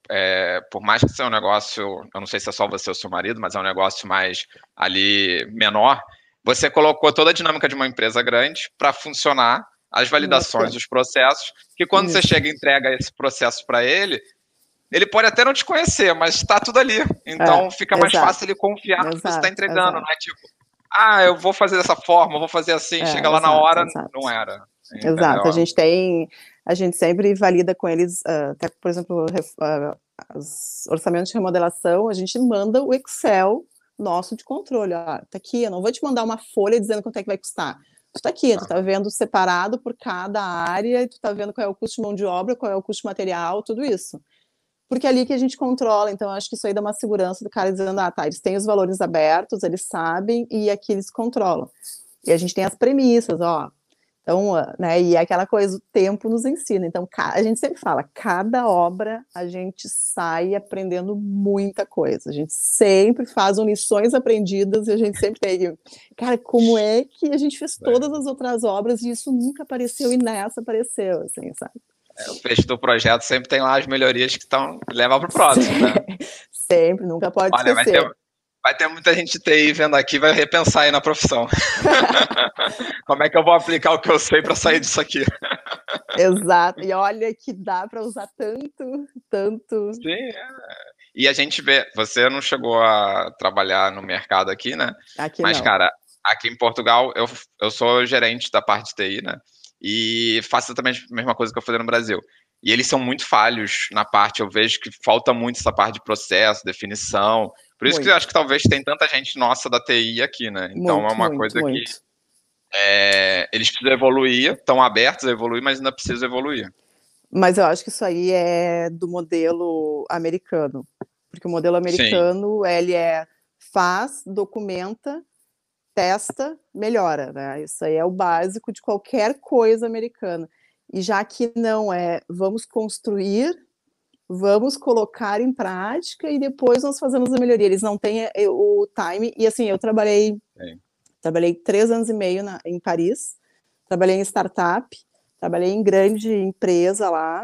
é, por mais que seja um negócio, eu não sei se é só você ou seu marido, mas é um negócio mais ali menor, você colocou toda a dinâmica de uma empresa grande para funcionar, as No validações, pequeno. os processos, que quando você Isso. chega e entrega esse processo para ele, ele pode até não te conhecer, mas está tudo ali. É, Então fica mais exato, fácil ele confiar no que você está exato, entregando, não exato. é tipo, ah, eu vou fazer dessa forma, eu vou fazer assim, chega É, lá na exato, hora, exato. não era, Exato. A entendeu? gente tem, a gente sempre valida com eles, uh, até, por exemplo, ref, uh, os orçamentos de remodelação, a gente manda o Excel nosso de controle. Ó, tá aqui, eu não vou te mandar uma folha dizendo quanto é que vai custar. Tu tá aqui, tu tá vendo separado por cada área, tu tá vendo qual é o custo de mão de obra, qual é o custo de material, tudo isso. Porque é ali que a gente controla, então acho que isso aí dá uma segurança do cara dizendo, ah, tá, eles têm os valores abertos, eles sabem, e aqui eles controlam. E a gente tem as premissas, ó. Então, né, e é aquela coisa, o tempo nos ensina. Então, a gente sempre fala, cada obra a gente sai aprendendo muita coisa. A gente sempre faz lições aprendidas e a gente sempre tem, cara, como é que a gente fez todas as outras obras e isso nunca apareceu e nessa apareceu, assim, sabe? É, o fecho do projeto sempre tem lá as melhorias que estão levar para o próximo, né? Sempre, nunca pode Olha, vai ter, esquecer. vai ter muita gente de T I vendo aqui, vai repensar aí na profissão. Como é que eu vou aplicar o que eu sei para sair disso aqui? Exato. E olha que dá para usar tanto, tanto. Sim, é. E a gente vê, você não chegou a trabalhar no mercado aqui, né? Aqui Mas, não. cara, aqui em Portugal, eu, eu sou gerente da parte de T I, né? E faço também a mesma coisa que eu fazia no Brasil. E eles são muito falhos na parte, eu vejo que falta muito essa parte de processo, definição. Por isso que eu acho Muito, que talvez tem tanta gente nossa da T I aqui, né? Então é muito, uma muito, coisa que muito. é, eles precisam evoluir, estão abertos a evoluir, mas ainda precisam evoluir. Mas eu acho que isso aí é do modelo americano. Porque o modelo Sim, americano, ele é faz, documenta, testa, melhora, né? Isso aí é o básico de qualquer coisa americana. E já que não é, vamos construir, vamos colocar em prática e depois nós fazemos a melhoria. Eles não têm é, o time. E assim, eu trabalhei, sim. trabalhei três anos e meio na, em Paris, trabalhei em startup, trabalhei em grande empresa lá,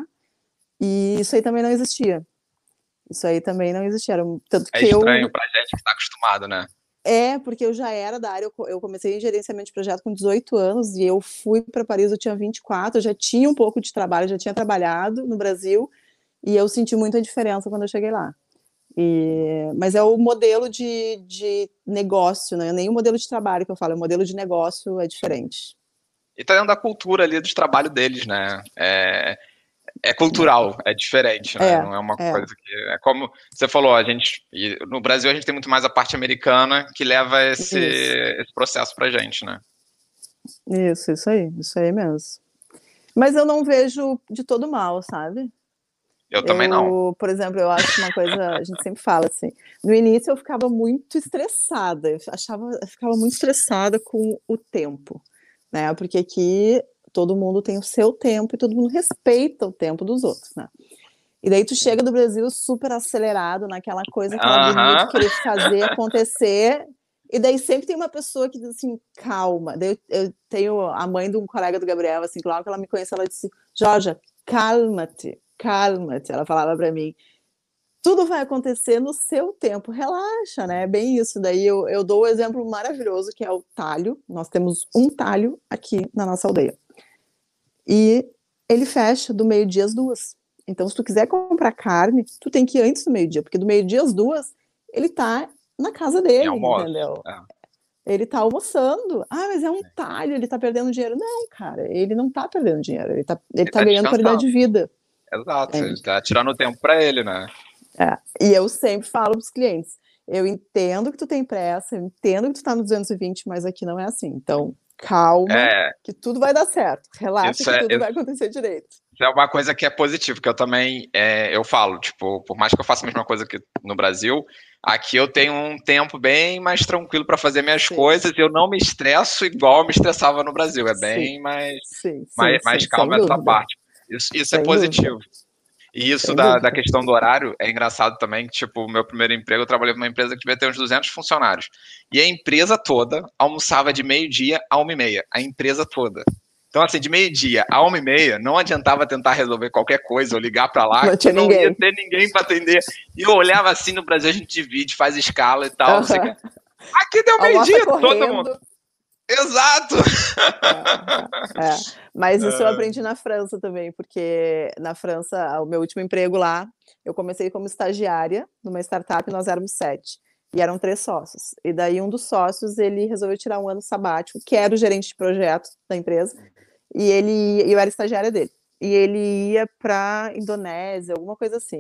e isso aí também não existia. Isso aí também não existia. Era, tanto É que estranho eu. pra gente que está acostumado, né? É, porque eu já era da área, eu comecei em gerenciamento de projeto com dezoito anos e eu fui para Paris, eu tinha vinte e quatro, eu já tinha um pouco de trabalho, já tinha trabalhado no Brasil e eu senti muita diferença quando eu cheguei lá. E, mas é o modelo de, de negócio, né? Nem o modelo de trabalho que eu falo, é o modelo de negócio é diferente. E tá dentro da cultura ali do trabalho deles, né? É, é cultural, é diferente, né? É, Não é uma é, coisa que. É como você falou, a gente. E no Brasil a gente tem muito mais a parte americana que leva esse, isso, esse processo pra gente, né? isso, isso aí, isso aí mesmo. Mas eu não vejo de todo mal, sabe? Eu também não. Eu, por exemplo, eu acho uma coisa, a gente sempre fala assim, no início eu ficava muito estressada, eu achava, eu ficava muito estressada com o tempo, né? Porque aqui todo mundo tem o seu tempo e todo mundo respeita o tempo dos outros, né? E daí tu chega do Brasil super acelerado, naquela coisa, aquela agonia de Aham. querer fazer acontecer, e daí sempre tem uma pessoa que diz assim, calma. Daí eu, eu tenho a mãe de um colega do Gabriel, assim, logo que ela me conheceu, ela disse, Georgia, calma-te, calma-te. Ela falava para mim, tudo vai acontecer no seu tempo, relaxa, né? É bem isso. Daí eu, eu dou o um exemplo maravilhoso, que é o talho. Nós temos um talho aqui na nossa aldeia. E ele fecha do meio-dia às duas. Então, se tu quiser comprar carne, tu tem que ir antes do meio-dia, porque do meio-dia às duas, ele tá na casa Em dele, almoço. entendeu? É. Ele tá almoçando. Ah, mas é um talho, ele tá perdendo dinheiro. Não, cara, ele não tá perdendo dinheiro, ele tá, ele Ele tá tá ganhando qualidade descansando. de vida. Exato. Ele Entende? tá tirando o tempo pra ele, né? É. E eu sempre falo pros clientes, eu entendo que tu tem pressa, eu entendo que tu tá no duzentos e vinte, mas aqui não é assim. Então, calma, É, que tudo vai dar certo. Relaxa isso que é, tudo vai acontecer direito. isso é uma coisa que é positiva, que eu também é, eu falo, tipo, por mais que eu faça a mesma coisa que no Brasil, aqui eu tenho um tempo bem mais tranquilo para fazer minhas Sim, coisas e eu não me estresso igual eu me estressava no Brasil. É sim, bem mais, sim, sim, mais, sim, mais sem calmo essa dúvida, parte. Isso, isso é sem dúvida, positivo. E isso sem da, da dúvida. questão do horário é engraçado também, que, tipo, o meu primeiro emprego, eu trabalhei numa empresa que devia ter uns duzentos funcionários. E a empresa toda almoçava de meio-dia a uma e meia. A empresa toda. Então, assim, de meio-dia a uma e meia, não adiantava tentar resolver qualquer coisa ou ligar para lá, Não que tinha não ia ninguém. ter ninguém para atender. E eu olhava assim, no Brasil a gente divide, faz escala e tal, não sei o quê. Uhum. Aqui deu Almoça meio-dia, todo mundo. correndo. Exato! É, é, é. Mas isso eu aprendi na França também, porque na França, o meu último emprego lá, eu comecei como estagiária numa startup, nós éramos sete. E eram três sócios. E daí um dos sócios, ele resolveu tirar um ano sabático, que era o gerente de projeto da empresa. E ele, eu era estagiária dele. E ele ia para Indonésia, alguma coisa assim.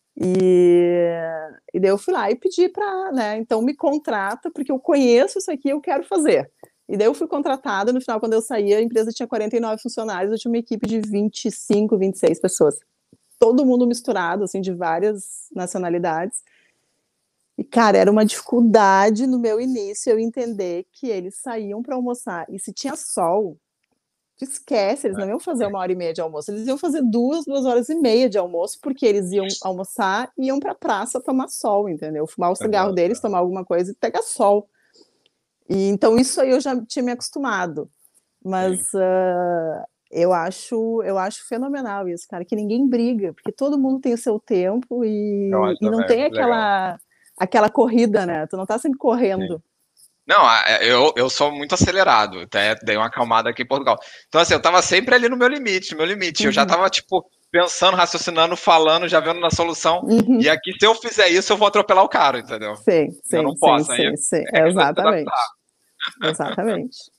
E, e daí eu fui lá e pedi para, né, então me contrata, porque eu conheço isso aqui, eu quero fazer. E daí eu fui contratada, no final, quando eu saí, a empresa tinha quarenta e nove funcionários, eu tinha uma equipe de vinte e cinco, vinte e seis pessoas. Todo mundo misturado, assim, de várias nacionalidades. E, cara, era uma dificuldade no meu início eu entender que eles saíam para almoçar. E se tinha sol, tu esquece, eles não iam fazer uma hora e meia de almoço, eles iam fazer duas, duas horas e meia de almoço, porque eles iam almoçar e iam pra praça tomar sol, entendeu? Fumar o cigarro Exato. deles, tomar alguma coisa e pegar sol. E então isso aí eu já tinha me acostumado. Mas Sim. uh, eu acho, eu acho fenomenal isso, cara, que ninguém briga, porque todo mundo tem o seu tempo Eu e, acho e não também, tem legal. aquela aquela corrida, né? Tu não tá sempre Sim. correndo. Não, a- é, eu, eu sou muito acelerado, até dei uma acalmada aqui em Portugal. Então, assim, eu tava sempre ali no meu limite, no meu limite. Eu já Uhum. tava, tipo, pensando, raciocinando, falando, já vendo na solução. E Uhum. aqui, se eu fizer isso, eu vou atropelar o cara, entendeu? Sim, Eu sim, não sim, posso, aí sim, sim, é questão de se adaptar. exatamente. Exatamente.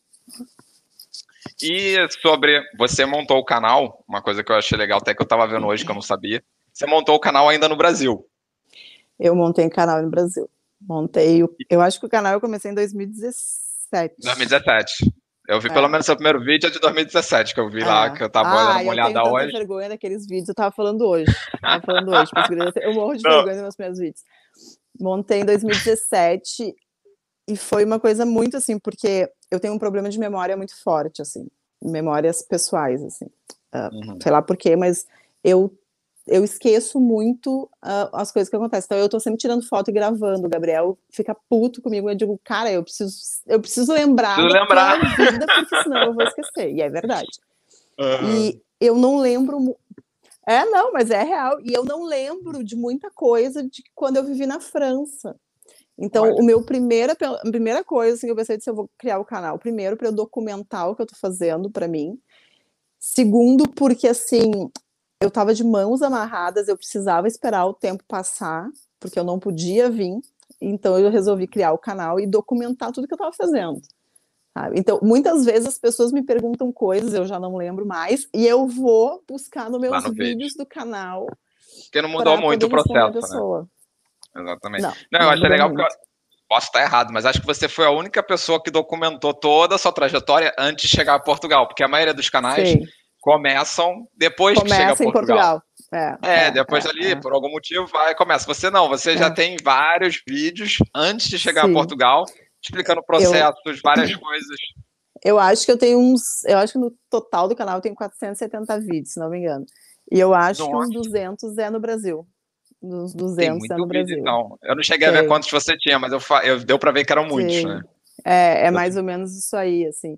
E sobre, você montou o canal, uma coisa que eu achei legal, até que eu tava vendo hoje, que eu não sabia. Você montou o canal ainda no Brasil. Eu montei um canal no Brasil. Montei, o, eu acho que o canal eu comecei em dois mil e dezessete. dois mil e dezessete. Eu vi pelo É, menos seu primeiro vídeo é de dois mil e dezessete, que eu vi lá, é. que eu tava dando Ah, uma eu tenho olhada tanta hoje. vergonha daqueles vídeos. Eu tava falando hoje. Tava falando hoje para eu morro de Não. vergonha dos meus primeiros vídeos. Montei em dois mil e dezessete e foi uma coisa muito assim, porque eu tenho um problema de memória muito forte, assim, memórias pessoais, assim. Uh, Uhum. sei lá por quê, mas eu eu esqueço muito uh, as coisas que acontecem. Então eu tô sempre tirando foto e gravando. O Gabriel fica puto comigo. Eu digo, cara, eu preciso, eu preciso lembrar Preciso da lembrar. tua vida, porque senão eu vou esquecer. E é verdade. Uhum. E eu não lembro. É, não, mas é real. E eu não lembro de muita coisa de quando eu vivi na França. Então, o Olha. meu primeira, a primeira coisa assim, eu pensei de se eu vou criar o canal. Primeiro, para eu documentar o que eu tô fazendo para mim. Segundo, porque assim, eu tava de mãos amarradas, eu precisava esperar o tempo passar. porque eu não podia vir, então eu resolvi criar o canal e documentar tudo que eu estava fazendo. Sabe? Então, muitas vezes as pessoas me perguntam coisas, eu já não lembro mais, e eu vou buscar nos meus no vídeos vídeo. do canal Porque não mudou para muito poder o responder a processo, né? pessoa. Exatamente. Não, Não, eu não achei mudou legal porque muito. eu posso estar errado, mas acho que você foi a única pessoa que documentou toda a sua trajetória antes de chegar a Portugal, porque a maioria dos canais Sei. começam depois que chega a Começa em Portugal. Portugal. É, É, é, depois é, dali, é, por algum motivo, vai começa. Você não, você já é. tem vários vídeos antes de chegar a Sim. Portugal, explicando Eu, processos, várias coisas. eu acho que eu tenho uns. Eu acho que no total do canal eu tenho quatrocentos e setenta vídeos, se não me engano. E eu acho que uns Nossa, duzentos é no Brasil. Uns tem duzentos é muito no vídeo, Brasil. então. Eu não cheguei a ver Tem, quantos você tinha, mas eu, fa- eu deu pra ver que eram muitos, né? tem. É, é Eu- mais ou menos isso aí, assim.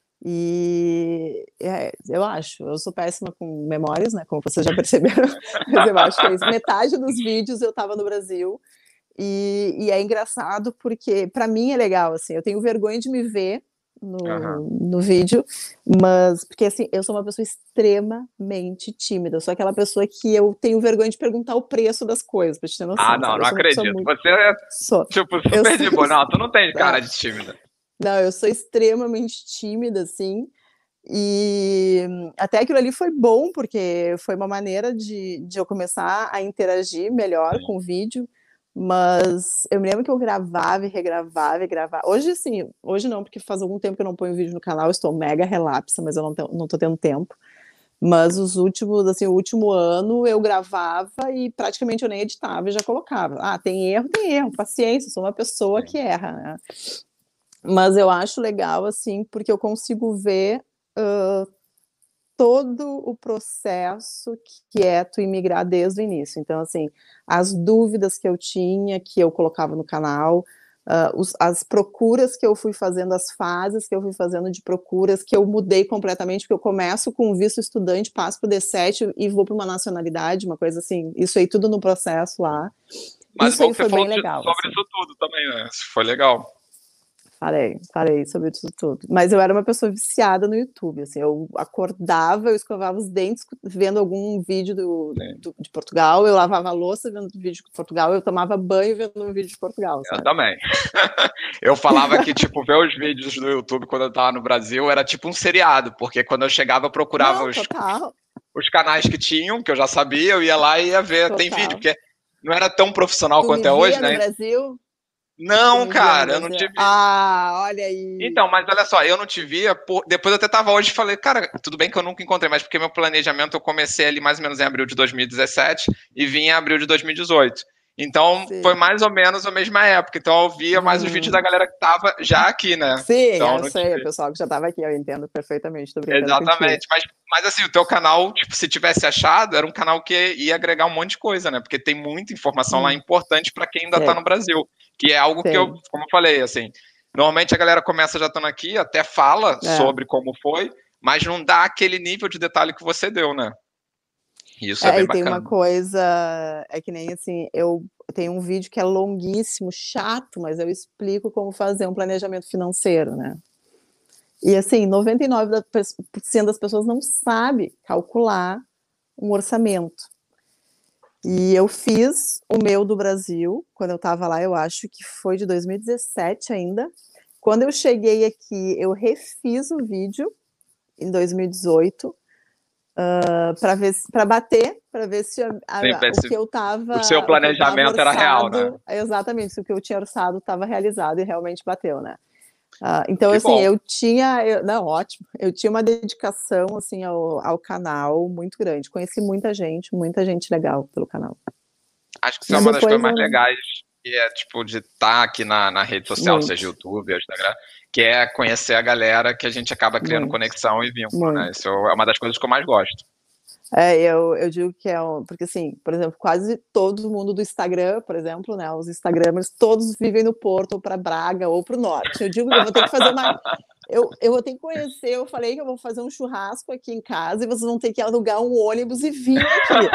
E é, eu acho, eu sou péssima com memórias, né? Como vocês já perceberam, mas eu acho que é isso. Metade dos vídeos eu estava no Brasil. E, e é engraçado porque, para mim, é legal, assim, eu tenho vergonha de me ver Aham. no, no vídeo, mas, porque, assim, eu sou uma pessoa extremamente tímida, eu sou aquela pessoa que eu tenho vergonha de perguntar o preço das coisas, pra te ter Ah, noção, não, sabe? não Eu sou uma pessoa acredito. muito... Você é, Sou. tipo, Eu super sou... de boa. Não, tu não tem cara Não, de tímida. não, eu sou extremamente tímida, assim, e até aquilo ali foi bom, porque foi uma maneira de, de eu começar a interagir melhor Sim. com o vídeo, mas eu me lembro que eu gravava e regravava e gravava. Hoje, sim, hoje não, porque faz algum tempo que eu não ponho vídeo no canal, eu estou mega relapsa, mas eu não, tenho, não tô tendo tempo. Mas os últimos, assim, o último ano eu gravava e praticamente eu nem editava e já colocava. Ah, tem erro, tem erro, paciência, eu sou uma pessoa Sim. que erra, né? Mas eu acho legal, assim, porque eu consigo ver uh, todo o processo que é tu imigrar desde o início. Então, assim, as dúvidas que eu tinha, que eu colocava no canal, uh, os, as procuras que eu fui fazendo, as fases que eu fui fazendo de procuras, que eu mudei completamente, porque eu começo com visto estudante, passo para o D sete e vou para uma nacionalidade, uma coisa assim, isso aí tudo no processo lá. Mas Isso bom aí que você foi falou bem de- legal, sobre assim. isso tudo também, né? Isso foi legal. Falei, falei sobre isso tudo. Mas eu era uma pessoa viciada no YouTube, assim, eu acordava, eu escovava os dentes vendo algum vídeo do, Sim. do- de Portugal, eu lavava a louça vendo vídeo de Portugal, eu tomava banho vendo um vídeo de Portugal, Eu sabe? também. Eu falava que, tipo, ver os vídeos do YouTube quando eu tava no Brasil era tipo um seriado, porque quando eu chegava eu procurava Não, os, total, os canais que tinham, que eu já sabia, eu ia lá e ia ver, tem vídeo, total. porque não era tão profissional Tu me quanto é hoje, via no né? Brasil? Tu Não, me via no cara, eu não Brasil? te vi. Ah, olha aí. Então, mas olha só, eu não te via, por... depois eu até tava hoje e falei, cara, tudo bem que eu nunca encontrei, mas porque meu planejamento eu comecei ali mais ou menos em abril de dois mil e dezessete e vim em abril de dois mil e dezoito. Então, foi Sim. mais ou menos a mesma época. Então, eu via mais os vídeos da Hum. galera que tava já aqui, né? Sim, Então, eu eu não te sei, o vi. pessoal que já estava aqui, eu entendo perfeitamente, tô brincando contigo. Exatamente. Mas, mas assim, o teu canal, tipo, se tivesse achado, era um canal que ia agregar um monte de coisa, né? Porque tem muita informação lá Hum, importante para quem ainda tá tem, no Brasil. Que é algo que eu, tem. como eu falei, assim, normalmente a galera começa já estando aqui, até fala É. sobre como foi, mas não dá aquele nível de detalhe que você deu, né? E isso é É, bem e tem uma bacana. coisa, é que nem assim, eu tenho um vídeo que é longuíssimo, chato, mas eu explico como fazer um planejamento financeiro, né? E assim, noventa e nove por cento das pessoas não sabe calcular um orçamento. E eu fiz o meu do Brasil, quando eu estava lá, eu acho que foi de dois mil e dezessete ainda. Quando eu cheguei aqui, eu refiz o vídeo em dois mil e dezoito, para ver para bater, para ver se a, Sim, a, o que eu o seu estava o que eu estava planejamento era real, né? orçado, exatamente, se o que eu tinha orçado estava realizado e realmente bateu, né? Uh, então, Que assim, bom. eu tinha, eu, não, ótimo, eu tinha uma dedicação, assim, ao, ao canal muito grande, conheci muita gente, muita gente legal pelo canal. Acho que isso é Mas uma das coisas depois mais eu não, legais, que é, tipo, de estar aqui na, na rede social, seja muito, YouTube ou Instagram, que é conhecer a galera que a gente acaba criando muito, conexão e vínculo, né? muito. Isso é uma das coisas que eu mais gosto. É, eu, eu digo que é um, porque assim, por exemplo, quase todo mundo do Instagram, por exemplo, né, os Instagramers, todos vivem no Porto, ou para Braga, ou para o Norte. Eu digo que eu vou ter que fazer uma, eu, eu vou ter que conhecer, eu falei que eu vou fazer um churrasco aqui em casa e vocês vão ter que alugar um ônibus e vir aqui,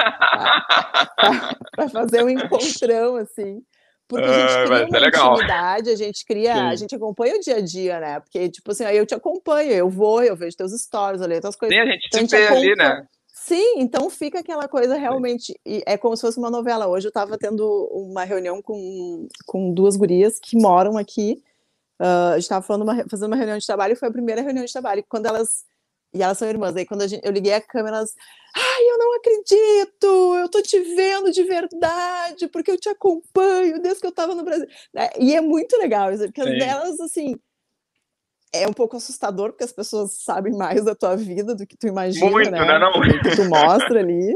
para fazer um encontrão, assim. Porque a gente Ah, cria vai ser uma legal. intimidade, a gente cria, a Sim. gente acompanha o dia a dia, né? Porque, tipo assim, aí eu te acompanho, eu vou, eu vejo teus stories, eu leio tuas coisas. Sim, a gente Então a se gente vê ali, acompanha. né? Sim, então fica aquela coisa realmente, e é como se fosse uma novela. Hoje eu estava tendo uma reunião com, com duas gurias que moram aqui. Uh, a gente estava falando uma, fazendo uma reunião de trabalho, e foi a primeira reunião de trabalho. Quando elas. E elas são irmãs. Aí quando a gente, eu liguei a câmera, elas. Ai, eu não acredito! Eu tô te vendo de verdade, porque eu te acompanho desde que eu estava no Brasil. E é muito legal isso, porque as delas, assim. É um pouco assustador, porque as pessoas sabem mais da tua vida do que tu imagina, Muito, né? né, não? Do que tu mostra ali.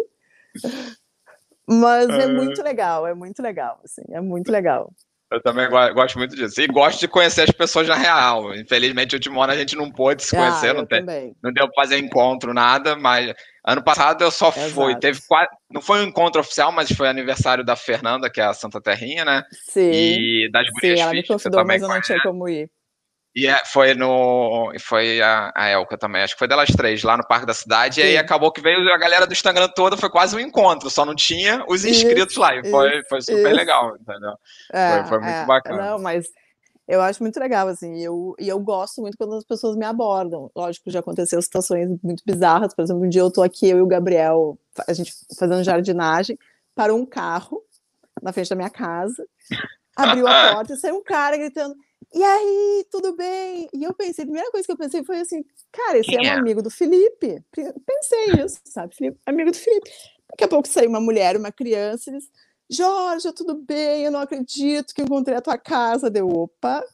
Mas é muito legal, é muito legal, assim, é muito legal. Eu também gosto muito disso. E gosto de conhecer as pessoas na real. Infelizmente, o último ano a gente não pôde se conhecer, Ah, não, eu tem, também. não deu pra fazer encontro, nada, mas ano passado eu só fui. Exato. Teve quase, não foi um encontro oficial, mas foi aniversário da Fernanda, que é a Santa Terrinha, né? Sim, E das sim, gurias ela me fit, que você convidou, também mas eu não conhece. tinha como ir. E é, foi no. Foi a, a Elka também, acho que foi delas três, lá no Parque da Cidade. Sim. E aí acabou que veio a galera do Instagram toda, foi quase um encontro, só não tinha os inscritos Isso, lá. E foi, isso, foi super isso. legal, entendeu? É, Foi, foi muito é, bacana. não, mas eu acho muito legal, assim, e eu, e eu gosto muito quando as pessoas me abordam. Lógico, já aconteceu situações muito bizarras, por exemplo, um dia eu tô aqui, eu e o Gabriel, a gente fazendo jardinagem, parou um carro na frente da minha casa, abriu a porta e saiu um cara gritando, e aí, tudo bem? E eu pensei, a primeira coisa que eu pensei foi assim, cara, esse é um amigo do Felipe. Pensei isso, sabe? Felipe, amigo do Felipe. Daqui a pouco saiu uma mulher, uma criança, e eles, Jorge, tudo bem? Eu não acredito que encontrei a tua casa. Deu, opa,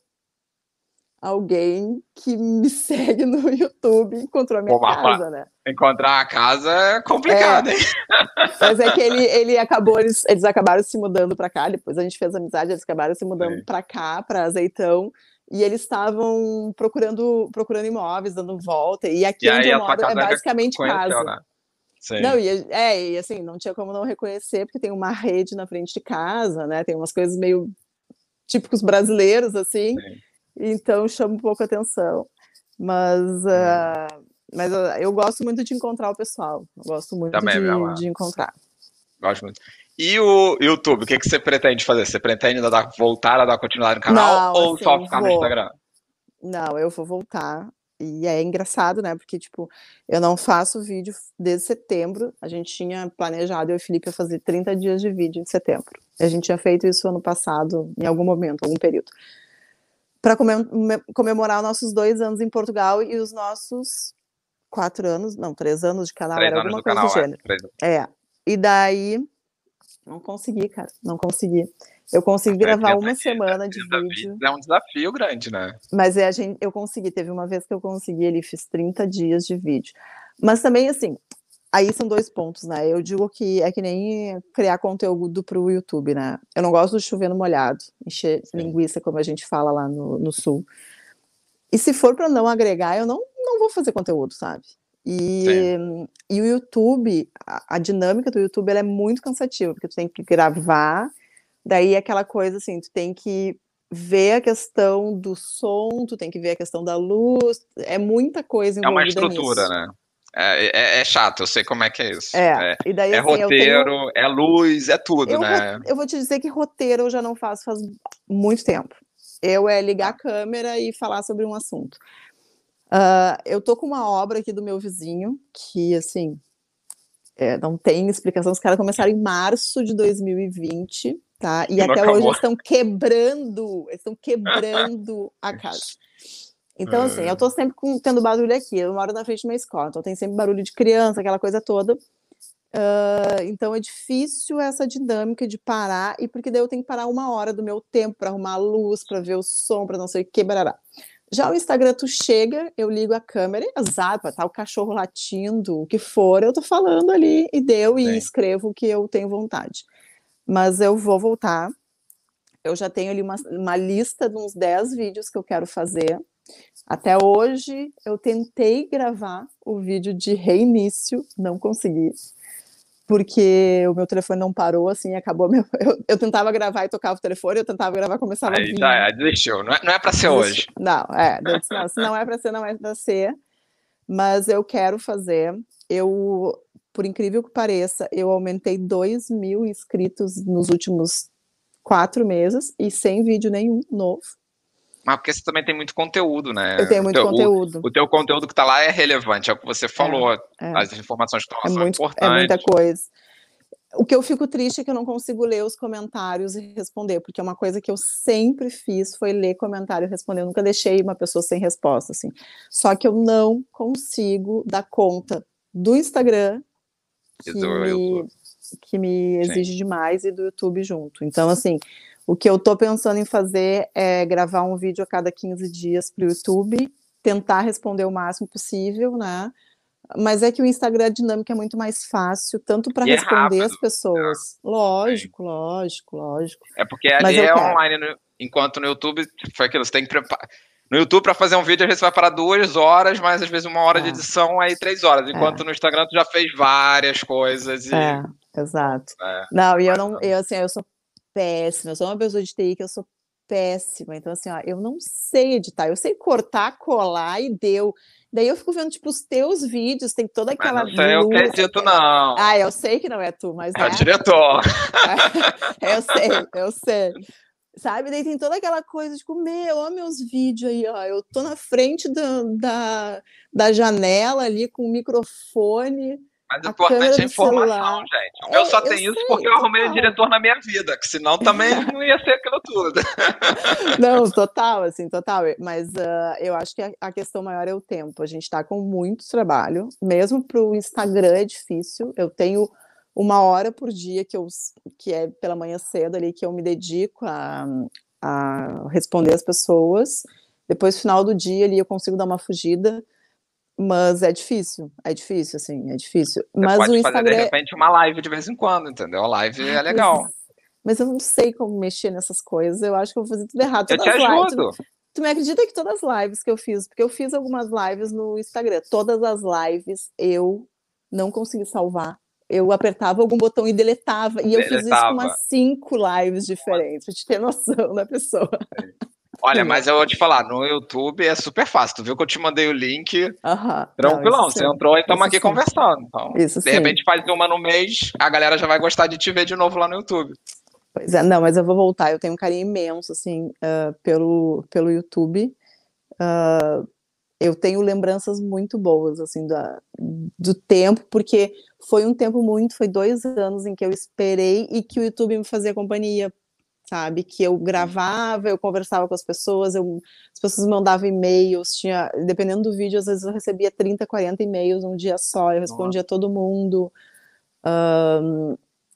alguém que me segue no YouTube encontrou a minha Pô, mas casa, né? encontrar a casa é complicado, É, hein? mas é que ele, ele acabou, eles, eles acabaram se mudando para cá, depois a gente fez amizade, eles acabaram se mudando para cá, para Azeitão, e eles estavam procurando, procurando imóveis, dando volta, e aqui E onde aí eu a sua moro é casa basicamente conheceu, casa. né? Sim. Não, e, é, e assim, não tinha como não reconhecer, porque tem uma rede na frente de casa, né? Tem umas coisas meio típicos brasileiros, assim, Sim. então chama um pouco a atenção. Mas, uh, mas uh, eu gosto muito de encontrar o pessoal, eu gosto muito Também, meu de, amor. de encontrar. Gosto muito. E o YouTube, o que, que você pretende fazer? Você pretende dar, voltar a dar continuidade no canal Não, ou só assim, ficar no vou. Instagram? Não, eu vou voltar. E é engraçado, né? Porque, tipo, eu não faço vídeo desde setembro. A gente tinha planejado, eu e o Felipe, fazer trinta dias de vídeo em setembro. A gente tinha feito isso ano passado, em algum momento, algum período. Para comemorar nossos dois anos em Portugal e os nossos quatro anos, não, três anos de canal, Três era anos alguma do coisa do canal, é. gênero. Três... É. E daí, não consegui, cara, não consegui. Eu consegui É, gravar trinta uma dias, semana de trinta vídeo. vídeos é um desafio grande, né? Mas é, a gente, eu consegui, teve uma vez que eu consegui, ele fiz trinta dias de vídeo. Mas também, assim, aí são dois pontos, né? Eu digo que é que nem criar conteúdo para o YouTube, né? Eu não gosto de chover no molhado, encher Sim. linguiça, como a gente fala lá no, no Sul. E se for para não agregar, eu não, não vou fazer conteúdo, sabe? E, e o YouTube, a, a dinâmica do YouTube, ela é muito cansativa, porque tu tem que gravar, daí é aquela coisa assim, tu tem que ver a questão do som, tu tem que ver a questão da luz, é muita coisa É uma envolvida estrutura, nisso. né? É, é, é chato, eu sei como é que é isso. É, É, e daí é assim, eu tenho. roteiro, é luz, é tudo, Eu, né? eu vou te dizer que roteiro eu já não faço faz muito tempo. Eu é ligar Ah. a câmera e falar sobre um assunto. Uh, eu tô com uma obra aqui do meu vizinho, que assim, é, não tem explicação. Os caras começaram em março de dois mil e vinte, tá? E Que não até hoje acabou. eles estão quebrando, eles estão quebrando a casa. Então, assim, eu tô sempre com, tendo barulho aqui. Eu moro na frente de uma escola, então tem sempre barulho de criança, aquela coisa toda. Uh, então é difícil essa dinâmica de parar, e porque daí eu tenho que parar uma hora do meu tempo para arrumar a luz, para ver o som, para não sei o que, barará. Já o Instagram, tu chega, eu ligo a câmera, exato, tá o cachorro latindo, o que for, eu tô falando ali, e deu, e Sim. escrevo o que eu tenho vontade. Mas eu vou voltar, eu já tenho ali uma, uma lista de uns dez vídeos que eu quero fazer. Até hoje, eu tentei gravar o vídeo de reinício, não consegui, porque o meu telefone não parou, assim, acabou. Meu... Eu, eu tentava gravar e tocava o telefone, eu tentava gravar, começava Aí a vir. já é, desistiu. Não é, não é pra ser Desisti. hoje. Não, é, eu disse, não, se não é pra ser, não é pra ser, mas eu quero fazer. Eu, por incrível que pareça, eu aumentei dois mil inscritos nos últimos quatro meses e sem vídeo nenhum novo. Mas porque você também tem muito conteúdo, né? Eu tenho O muito teu, o, conteúdo. o teu conteúdo que tá lá é relevante, é o que você falou. É, é. As informações que estão lá É são muito, é muita importantes. coisa. O que eu fico triste é que eu não consigo ler os comentários e responder, porque é uma coisa que eu sempre fiz, foi ler comentário e responder. Eu nunca deixei uma pessoa sem resposta, assim. Só que eu não consigo dar conta do Instagram, E que do me, YouTube. que me Sim. exige demais, e do YouTube junto. Então, assim, o que eu tô pensando em fazer é gravar um vídeo a cada quinze dias para o YouTube, tentar responder o máximo possível, né? Mas é que o Instagram, a dinâmica é muito mais fácil, tanto para E é responder rápido. as pessoas. Sim. Lógico, lógico, lógico. É porque Mas ali eu é quero. online, no- enquanto no YouTube foi aquilo, você tem que preparar. No YouTube, para fazer um vídeo, às vezes você vai parar duas horas, mas às vezes uma hora de É, edição, aí três horas. é, Enquanto no Instagram, tu já fez várias coisas e. é, exato. É, Não, e eu mas, não, eu assim, eu sou péssima, eu sou uma pessoa de T I que eu sou péssima. Então, assim, ó, eu não sei editar, eu sei cortar, colar e deu. Daí eu fico vendo, tipo, os teus vídeos, tem toda mas aquela não sei eu que luz. edito, não. Ah, eu sei que não é tu, mas É o é. diretor. Eu sei, eu sei. Sabe? Daí tem toda aquela coisa, tipo, meu, ó meus vídeos aí, ó. Eu tô na frente da, da, da janela ali com o microfone, Mas o a câmera importante é a do informação, celular. gente. O meu só É, eu tem isso porque sei, eu arrumei um total. diretor na minha vida, que senão também não ia ser aquilo tudo. Não, total, assim, total. Mas uh, eu acho que a, a questão maior é o tempo. A gente tá com muito trabalho, mesmo pro Instagram é difícil. Eu tenho uma hora por dia que eu que é pela manhã cedo ali que eu me dedico a, a responder as pessoas. Depois, no final do dia ali, eu consigo dar uma fugida, mas é difícil, é difícil, assim, é difícil. Você Mas o pode fazer, de Instagram, repente, uma live de vez em quando, entendeu? A live ai, é pois, legal. mas eu não sei como mexer nessas coisas. Eu acho que eu vou fazer tudo errado. Eu te Todas as lives, tu, ajudo. tu me acredita que todas as lives que eu fiz, porque eu fiz algumas lives no Instagram, todas as lives eu não consegui salvar. Eu apertava algum botão e deletava, e eu fiz isso com umas Deletava. cinco lives diferentes, pra te ter noção da pessoa. Olha, Não. mas eu vou te falar, no YouTube é super fácil. Tu viu que eu te mandei o link Aham, não, isso tranquilão. Você sim, entrou e estamos isso aqui sim, conversando. Então, isso de sim. repente faz uma no mês, a galera já vai gostar de te ver de novo lá no YouTube. Pois é, não, mas eu vou voltar. Eu tenho um carinho imenso, assim, uh, pelo, pelo YouTube. Uh, eu tenho lembranças muito boas, assim, da, do tempo, porque foi um tempo muito, foi dois anos em que eu esperei e que o YouTube me fazia companhia, sabe? Que eu gravava, eu conversava com as pessoas, eu, as pessoas mandavam e-mails, tinha, dependendo do vídeo, às vezes eu recebia trinta, quarenta e-mails num dia só, eu respondia todo mundo. Um,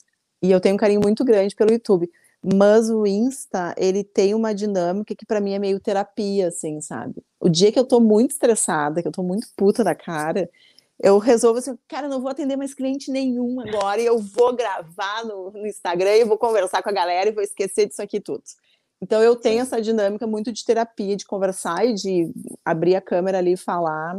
e eu tenho um carinho muito grande pelo YouTube. Mas o Insta, ele tem uma dinâmica que para mim é meio terapia, assim, sabe? O dia que eu tô muito estressada, que eu tô muito puta da cara, eu resolvo assim, cara, não vou atender mais cliente nenhum agora e eu vou gravar no, no Instagram e vou conversar com a galera e vou esquecer disso aqui tudo. Então eu tenho Sim. essa dinâmica muito de terapia, de conversar e de abrir a câmera ali e falar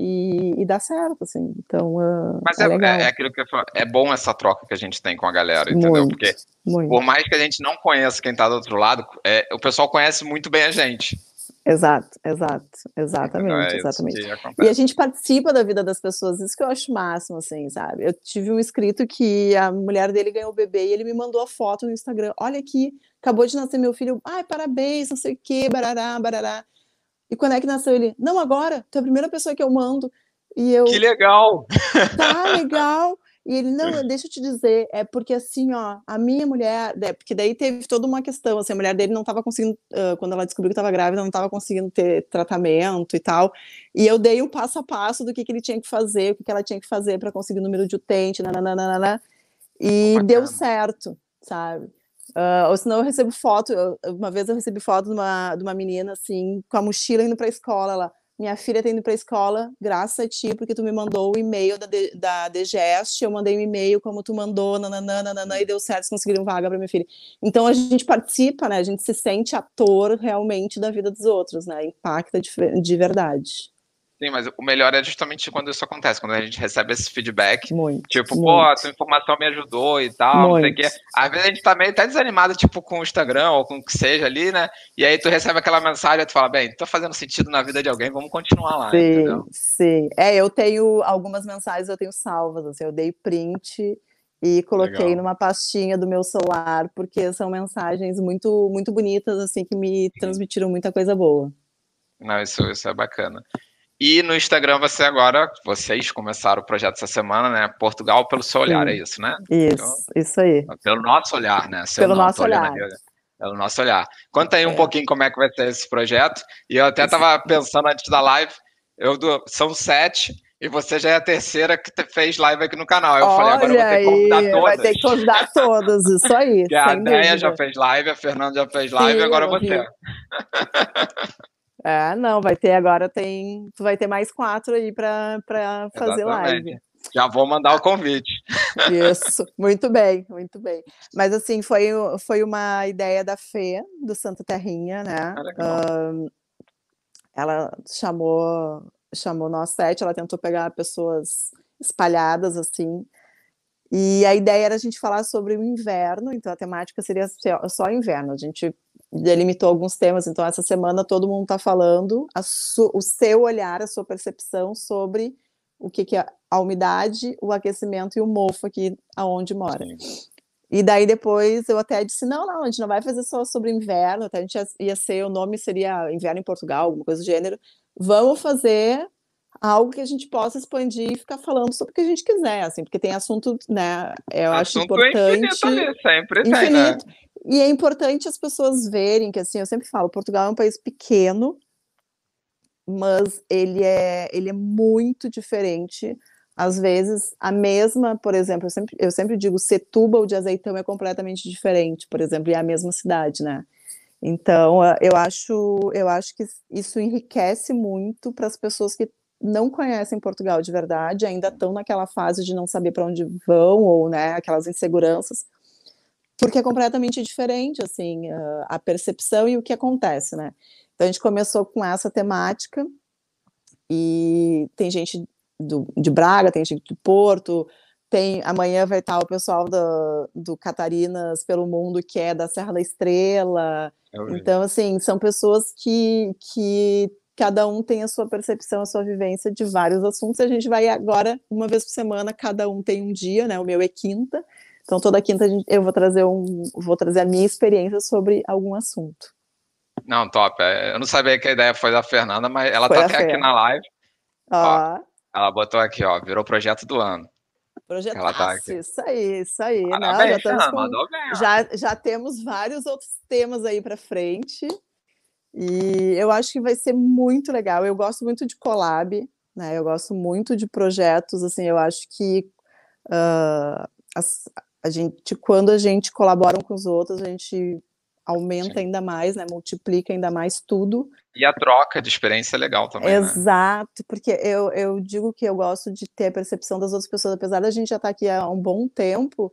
e, e dar certo, assim. Então uh, Mas é é, é, é legal. aquilo que eu falo, é bom essa troca que a gente tem com a galera, entendeu? Muito, Porque por muito. mais que a gente não conheça quem tá do outro lado, é, o pessoal conhece muito bem a gente. Exato, exato, Entendeu? exatamente, É isso exatamente. que E a acontece. gente participa da vida das pessoas, isso que eu acho o máximo, assim, sabe? Eu tive um inscrito que a mulher dele ganhou o bebê e ele me mandou a foto no Instagram. Olha aqui, acabou de nascer meu filho. Ai, parabéns, não sei o quê, barará, barará. E quando é que nasceu ele? Não, agora, tu é a primeira pessoa que eu mando. E Que eu, legal! tá legal. E ele, não, deixa eu te dizer, é porque assim, ó, a minha mulher, né, porque daí teve toda uma questão, assim, a mulher dele não estava conseguindo, uh, quando ela descobriu que estava grávida, não estava conseguindo ter tratamento e tal, e eu dei o passo a passo do que, que ele tinha que fazer, o que, que ela tinha que fazer para conseguir o número de utente, nananana, Pô, e deu bacana. certo, sabe? Uh, ou senão eu recebo foto, eu, uma vez eu recebi foto de uma, de uma menina, assim, com a mochila indo para a escola, ela, minha filha tá indo para a escola, graças a ti, porque tu me mandou o e-mail da, da DGEST, eu mandei um e-mail como tu mandou, nananã, nananã, e deu certo, eles conseguiram vaga para minha filha. Então a gente participa, né? A gente se sente ator realmente da vida dos outros, né? Impacta de, de verdade. Sim, mas o melhor é justamente quando isso acontece, quando a gente recebe esse feedback, Muito, tipo, pô, a muito, tua informação me ajudou e tal, não sei o muito. quê. Às vezes a gente tá meio até desanimado, tipo, com o Instagram ou com o que seja ali, né? E aí tu recebe aquela mensagem e tu fala, bem, tô fazendo sentido na vida de alguém, vamos continuar lá, Sim, entendeu? sim. É, eu tenho algumas mensagens, eu tenho salvas, assim, eu dei print e coloquei Legal. numa pastinha do meu celular, porque são mensagens muito, muito bonitas, assim, que me Uhum. transmitiram muita coisa boa. Não, isso, isso é bacana. E no Instagram você agora, vocês começaram o projeto essa semana, né? Portugal pelo seu olhar, é Sim, isso, né? Então, isso, isso aí. pelo nosso olhar, né? Seu Pelo não, tô nosso olhando olhar. ali, olha. Pelo nosso olhar. Conta aí um É. pouquinho como é que vai ser esse projeto. E eu até tava pensando antes da live, eu do- são sete, e você já é a terceira que te- fez live aqui no canal. Aí eu falei, agora eu vou Olha ter que convidar aí, vai todas. ter que convidar todas, isso aí, Que a sem Déia já dúvida. fez live, a Fernanda já fez live, Sim, agora eu você. vi. É, não, vai ter agora, tem, tu vai ter mais quatro aí para para fazer live. Exatamente. Já vou mandar o convite. Isso, muito bem, muito bem. Mas assim, foi, o- foi uma ideia da Fê, do Santa Terrinha, né? Ah, legal. Ah, ela chamou, chamou nós sete, ela tentou pegar pessoas espalhadas, assim. E a ideia era a gente falar sobre o inverno, então a temática seria só inverno. A gente delimitou alguns temas, então essa semana todo mundo está falando a su, o seu olhar, a sua percepção sobre o que, que é a umidade, o aquecimento e o mofo aqui aonde mora. Sim. E daí depois eu até disse, não, não, a gente não vai fazer só sobre inverno, até a gente ia, ia ser, o nome seria Inverno em Portugal, alguma coisa do gênero. Vamos fazer algo que a gente possa expandir e ficar falando sobre o que a gente quiser, assim, porque tem assunto, né, eu acho Assunto é infinito importante, ali, sempre tem, né? infinito, e é importante as pessoas verem que, assim, eu sempre falo, Portugal é um país pequeno, mas ele é, ele é muito diferente. Às vezes, a mesma, por exemplo, eu sempre, eu sempre digo, Setúbal de Azeitão é completamente diferente, por exemplo, e é a mesma cidade, né? Então, eu acho, eu acho que isso enriquece muito para as pessoas que não conhecem Portugal de verdade, ainda estão naquela fase de não saber para onde vão, ou, né, aquelas inseguranças, porque é completamente diferente, assim, a percepção e o que acontece, né? Então, a gente começou com essa temática, e tem gente do, de Braga, tem gente do Porto, tem, amanhã vai estar o pessoal do, do Catarinas pelo Mundo, que é da Serra da Estrela. Eu vi. Então, assim, são pessoas que, que cada um tem a sua percepção, a sua vivência de vários assuntos. A gente vai agora, uma vez por semana, cada um tem um dia, né? O meu é quinta. Então, toda quinta eu vou trazer, um, vou trazer a minha experiência sobre algum assunto. Não, top. É, eu não sabia que a ideia foi da Fernanda, mas ela Foi tá a até aqui fé. na live. Ó, Ó, ela botou aqui, ó, virou projeto do ano. Ela tá projetaço, aqui. isso aí, isso aí. Não, já Parabéns, estamos Fernanda, com. mandou bem, ó. Já, já temos vários outros temas aí para frente. E eu acho que vai ser muito legal. Eu gosto muito de collab, né? Eu gosto muito de projetos, assim, eu acho que uh, as, a gente, quando a gente colabora um com os outros, a gente aumenta Sim. ainda mais, né? Multiplica ainda mais tudo. E a troca de experiência é legal também, né? Exato, porque eu, eu digo que eu gosto de ter a percepção das outras pessoas, apesar da gente já estar aqui há um bom tempo,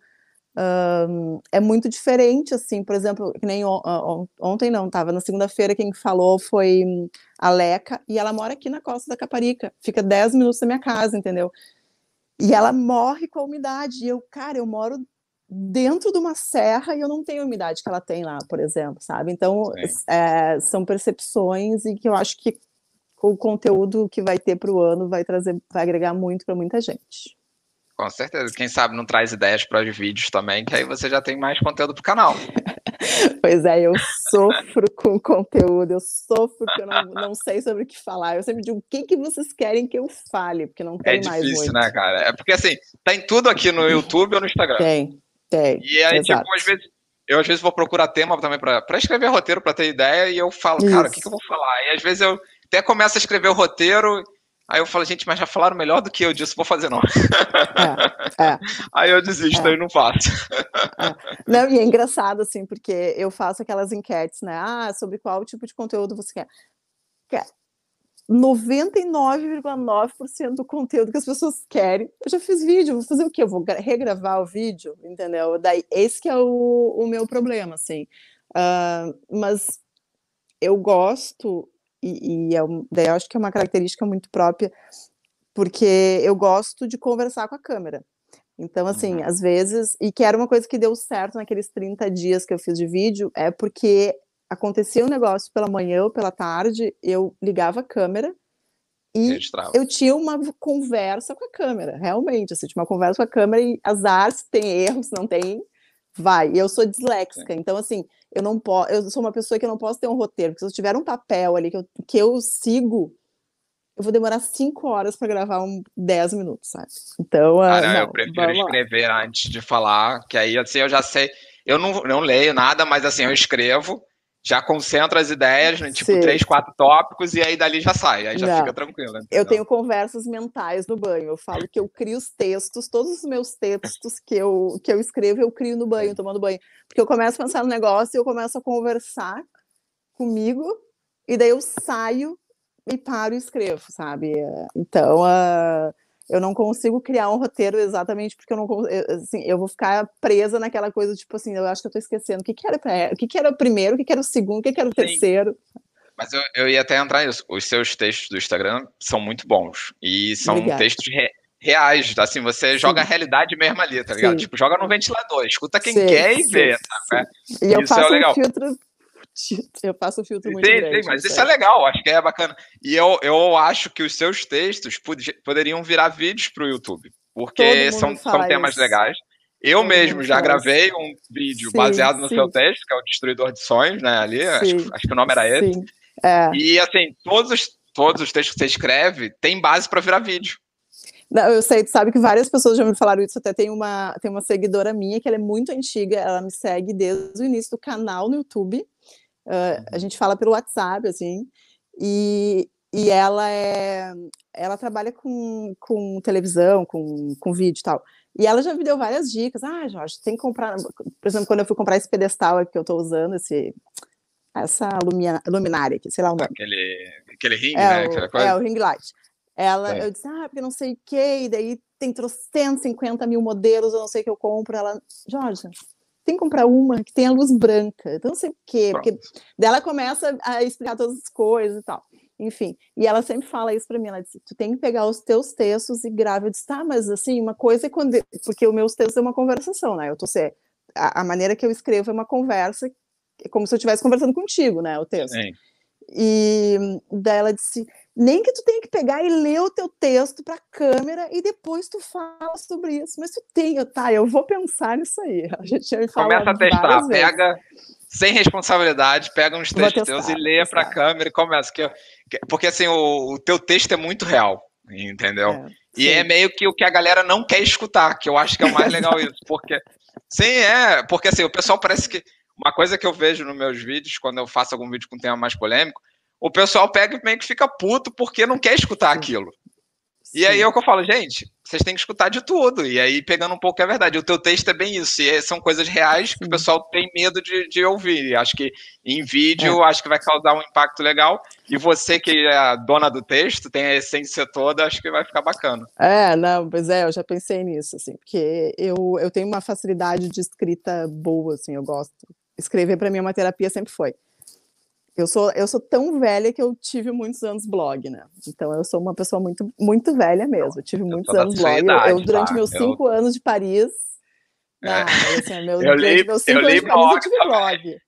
um, é muito diferente, assim, por exemplo, que nem on, on, ontem não, tava na segunda-feira, quem falou foi a Leca, e ela mora aqui na Costa da Caparica, fica dez minutos da minha casa, entendeu? E ela morre com a umidade, e eu, cara, eu moro dentro de uma serra e eu não tenho a umidade que ela tem lá, por exemplo, sabe? Então, Sim. é, são percepções e que eu acho que o conteúdo que vai ter para o ano vai trazer, vai agregar muito para muita gente. Com certeza. Quem sabe não traz ideias para os vídeos também, que aí você já tem mais conteúdo pro canal. Pois é, eu sofro com conteúdo, eu sofro porque eu não, não sei sobre o que falar. Eu sempre digo, o que, que vocês querem que eu fale? Porque não É tem mais difícil, muito. né, cara? É porque assim, tem tudo aqui no YouTube ou no Instagram. Tem, tem, E aí, tipo, exato. às vezes, eu às vezes vou procurar tema também pra, pra escrever roteiro, pra ter ideia, e eu falo, cara, o que que eu Isso. vou falar? E às vezes eu até começo a escrever o roteiro, aí eu falo, gente, mas já falaram melhor do que eu disso, vou fazer não. É, é, Aí eu desisto, é. aí não faço. É. Não, e é engraçado, assim, porque eu faço aquelas enquetes, né? Ah, sobre qual tipo de conteúdo você quer. Quer. noventa e nove vírgula nove por cento do conteúdo que as pessoas querem. Eu já fiz vídeo, vou fazer o quê? Eu vou regravar o vídeo, entendeu? Daí, esse que é o, o meu problema, assim. Uh, mas eu gosto, e, e é um, daí eu acho que é uma característica muito própria, porque eu gosto de conversar com a câmera. Então, assim, Uhum. às vezes, e que era uma coisa que deu certo naqueles trinta dias que eu fiz de vídeo, é porque acontecia um negócio pela manhã ou pela tarde, eu ligava a câmera E registrava. eu tinha uma conversa com a câmera, realmente, assim, tinha uma conversa com a câmera e azar, se tem erro, se não tem, vai. E eu sou disléxica, Sim. então, assim, eu não posso, eu sou uma pessoa que eu não posso ter um roteiro, porque se eu tiver um papel ali que eu, que eu sigo, eu vou demorar cinco horas para gravar um dez minutos, sabe? Então, Ah, uh, não, eu não, prefiro vamos lá. escrever antes de falar, que aí assim eu já sei. Eu não, não leio nada, mas assim, eu escrevo, já concentro as ideias em tipo Sim, três, quatro tópicos e aí dali já sai, aí já fica não. tranquilo, Eu entendeu? tenho conversas mentais no banho. Eu falo que eu crio os textos, todos os meus textos que eu, que eu escrevo, eu crio no banho, Sim. tomando banho. Porque eu começo a pensar no negócio e eu começo a conversar comigo, e daí eu saio e paro e escrevo, sabe? Então, uh, eu não consigo criar um roteiro exatamente porque eu não eu, assim, eu vou ficar presa naquela coisa, tipo assim, eu acho que eu tô esquecendo o que, que era pra, o que, que era o primeiro, o que, que era o segundo, o que, que era o Sim. terceiro. Mas eu, eu ia até entrar nisso. Os seus textos do Instagram são muito bons. E são Obrigada. textos re- reais. Assim, você joga a Sim, realidade mesmo ali, tá ligado? sim. Tipo, joga no ventilador, escuta quem Sim, quer e sim, vê, sim. sabe? E eu Isso é o faço um legal. filtro, eu faço um filtro muito Sim, sim, grande mas nisso isso é aí. legal, acho que é bacana. E eu, eu acho que os seus textos pod- poderiam virar vídeos para o YouTube, Todo porque mundo são, me são fala temas isso. legais. Eu Todo mesmo mundo já fala isso. gravei um vídeo Sim, baseado no seu sim, texto, que é o Destruidor de Sonhos, né? Ali, acho, que- sim, acho que o nome era esse. sim. É. E assim, todos os, todos os textos que você escreve têm base para virar vídeo. Não, eu sei, tu sabe que várias pessoas já me falaram isso, até tem uma, tem uma seguidora minha que ela é muito antiga, ela me segue desde o início do canal no YouTube, uh, a Uhum. gente fala pelo WhatsApp, assim, e, e ela é, ela trabalha com, com televisão, com, com vídeo e tal, e ela já me deu várias dicas, ah, Jorge, tem que comprar, por exemplo, quando eu fui comprar esse pedestal aqui que eu tô usando, esse, essa lumina, luminária aqui, sei lá o nome, Aquele, aquele ringue, é né? Aquela o, é coisa. o ring light. Ela, Sim. eu disse, ah, porque não sei o quê, e daí tem trocentos e cinquenta mil modelos, eu não sei o que eu compro. Ela, Jorge, tem que comprar uma que tenha luz branca, então não sei o quê, porque Pronto. daí ela começa a explicar todas as coisas e tal. Enfim, e ela sempre fala isso para mim, ela disse, tu tem que pegar os teus textos e grava. Eu disse, tá, mas assim, uma coisa é quando, porque os meus textos é uma conversação, né, eu tô, a, a maneira que eu escrevo é uma conversa, é como se eu estivesse conversando contigo, né, o texto. Sim. E daí ela disse, nem que tu tenha que pegar e ler o teu texto para a câmera e depois tu fala sobre isso. Mas tu tem, tá, eu vou pensar nisso aí. A gente já me Começa falado a testar, várias vezes. pega sem responsabilidade, pega uns Vou textos teus e testar, vou lê para a testar. câmera e começa. Que, que, porque assim, o, o teu texto é muito real, entendeu? É, E é sim. meio que o que a galera não quer escutar, que eu acho que é o mais legal isso. Porque, sim, é, porque assim, o pessoal parece que. Uma coisa que eu vejo nos meus vídeos, quando eu faço algum vídeo com tema mais polêmico, o pessoal pega e meio que fica puto porque não quer escutar Sim, aquilo. E aí é sim. o que eu falo, gente, vocês têm que escutar de tudo. E aí, pegando um pouco, é verdade. O teu texto é bem isso. E são coisas reais que o Sim. pessoal tem medo de, de ouvir. E acho que em É. vídeo, acho que vai causar um impacto legal. E você, que é a dona do texto, tem a essência toda, acho que vai ficar bacana. É, não, pois é, eu já pensei nisso, assim, porque eu, eu tenho uma facilidade de escrita boa, assim, eu gosto. Escrever para mim é uma terapia, sempre foi. Eu sou, eu sou tão velha que eu tive muitos anos blog, né? Então eu sou uma pessoa muito, muito velha mesmo. Eu tive Eu muitos sou da anos sua blog. Eu, eu idade, durante tá? meus Eu, cinco anos de Paris, é, não, mas assim, meu, eu durante li, meus eu cinco anos li de Paris eu blog tive também. blog.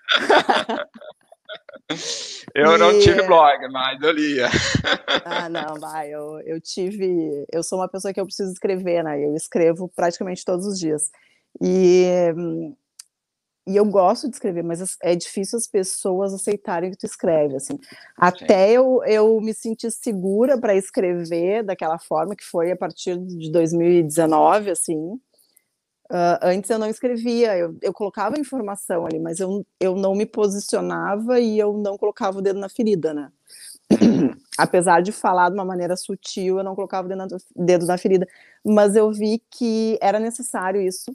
Eu não tive E blog, mas eu lia. ah, não, vai, eu, eu tive, eu sou uma pessoa que eu preciso escrever, né? Eu escrevo praticamente todos os dias. E E eu gosto de escrever, mas é difícil as pessoas aceitarem que tu escreve, assim. Sim. Até eu, eu me sentir segura para escrever daquela forma, que foi a partir de dois mil e dezenove, assim. Uh, antes eu não escrevia, eu, eu colocava informação ali, mas eu, eu não me posicionava e eu não colocava o dedo na ferida, né? Uhum. Apesar de falar de uma maneira sutil, eu não colocava o dedo na, dedo na ferida. Mas eu vi que era necessário isso,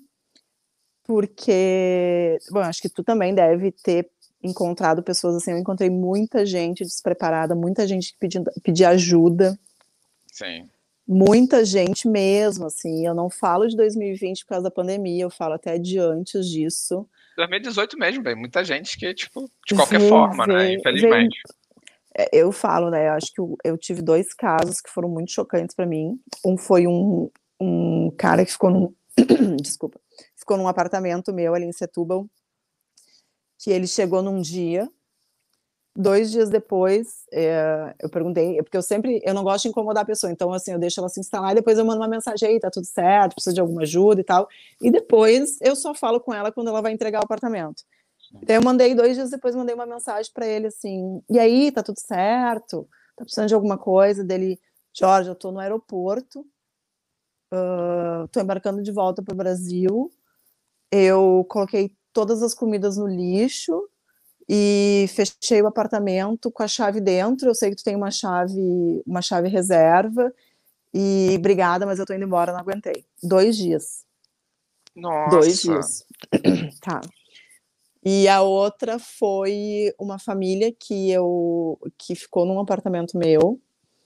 porque, bom, acho que tu também deve ter encontrado pessoas assim, eu encontrei muita gente despreparada, muita gente que pedia, pedia ajuda, Sim. muita gente mesmo, assim, eu não falo de dois mil e vinte por causa da pandemia, eu falo até de antes disso. dois mil e dezoito mesmo, bem. Muita gente que, tipo, de qualquer Veio, forma, né? veio, veio, Infelizmente. eu falo, né, eu acho que eu, eu tive dois casos que foram muito chocantes para mim, um foi um, um cara que ficou num, desculpa, ficou num apartamento meu ali em Setúbal, que ele chegou num dia, dois dias depois, é, eu perguntei, porque eu sempre, eu não gosto de incomodar a pessoa, então assim, eu deixo ela se instalar e depois eu mando uma mensagem aí, tá tudo certo, precisa de alguma ajuda e tal, e depois eu só falo com ela quando ela vai entregar o apartamento. Então eu mandei, dois dias depois, mandei uma mensagem para ele assim, e aí, tá tudo certo? Tá precisando de alguma coisa? Dele, Jorge, eu tô no aeroporto, uh, tô embarcando de volta pro Brasil, eu coloquei todas as comidas no lixo, e fechei o apartamento com a chave dentro. Eu sei que tu tem uma chave, uma chave reserva. E obrigada, mas eu tô indo embora, não aguentei. Dois dias. Dois Nossa. dias. Tá. E a outra foi uma família que eu que ficou num apartamento meu.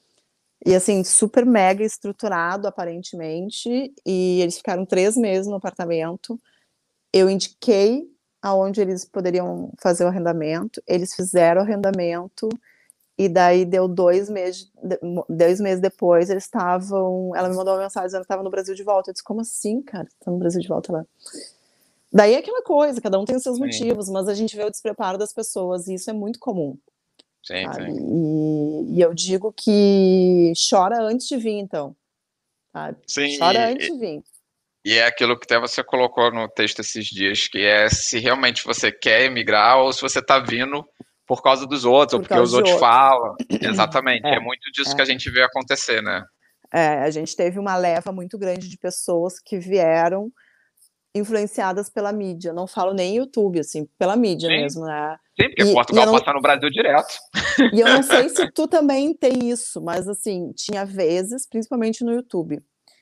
E assim, super mega estruturado, aparentemente. E eles ficaram três meses no apartamento. Eu indiquei aonde eles poderiam fazer o arrendamento, eles fizeram o arrendamento, e daí deu dois meses, dois meses depois, eles estavam, ela me mandou uma mensagem dizendo que estava no Brasil de volta. Eu disse, como assim, cara? Tá no Brasil de volta lá? Daí é aquela coisa, cada um tem os seus Sim. motivos, mas a gente vê o despreparo das pessoas, e isso é muito comum, Sim, sabe? sim. E, e eu digo que chora antes de vir, então, sabe? Sim, Chora e, antes de vir. e é aquilo que até você colocou no texto esses dias, que é se realmente você quer emigrar ou se você está vindo por causa dos outros, ou Por porque causa os de outros outro. falam. Exatamente, é É, muito disso que a é. gente vê acontecer, né? É, a gente teve uma leva muito grande de pessoas que vieram influenciadas pela mídia. Não falo nem YouTube, assim, pela mídia Sim, mesmo, né? sim, porque E, e, eu Portugal não, passa no Brasil direto. e eu não sei se tu também tem isso, mas assim, tinha vezes, principalmente no YouTube.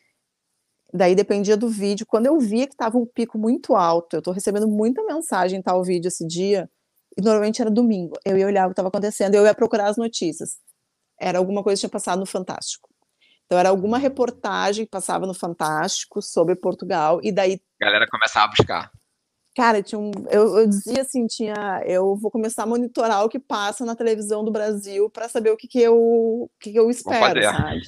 Daí dependia do vídeo. Quando eu via que estava um pico muito alto, eu tô recebendo muita mensagem em tal vídeo esse dia, e normalmente era domingo. Eu ia olhar o que estava acontecendo, eu ia procurar as notícias. Era alguma coisa que tinha passado no Fantástico. Então era alguma reportagem que passava no Fantástico sobre Portugal, e daí, A galera começa a buscar. cara, tinha um, eu, eu dizia assim, tinha, eu vou começar a monitorar o que passa na televisão do Brasil para saber o que, que, eu, o que, que eu Vamos espero, fazer. sabe?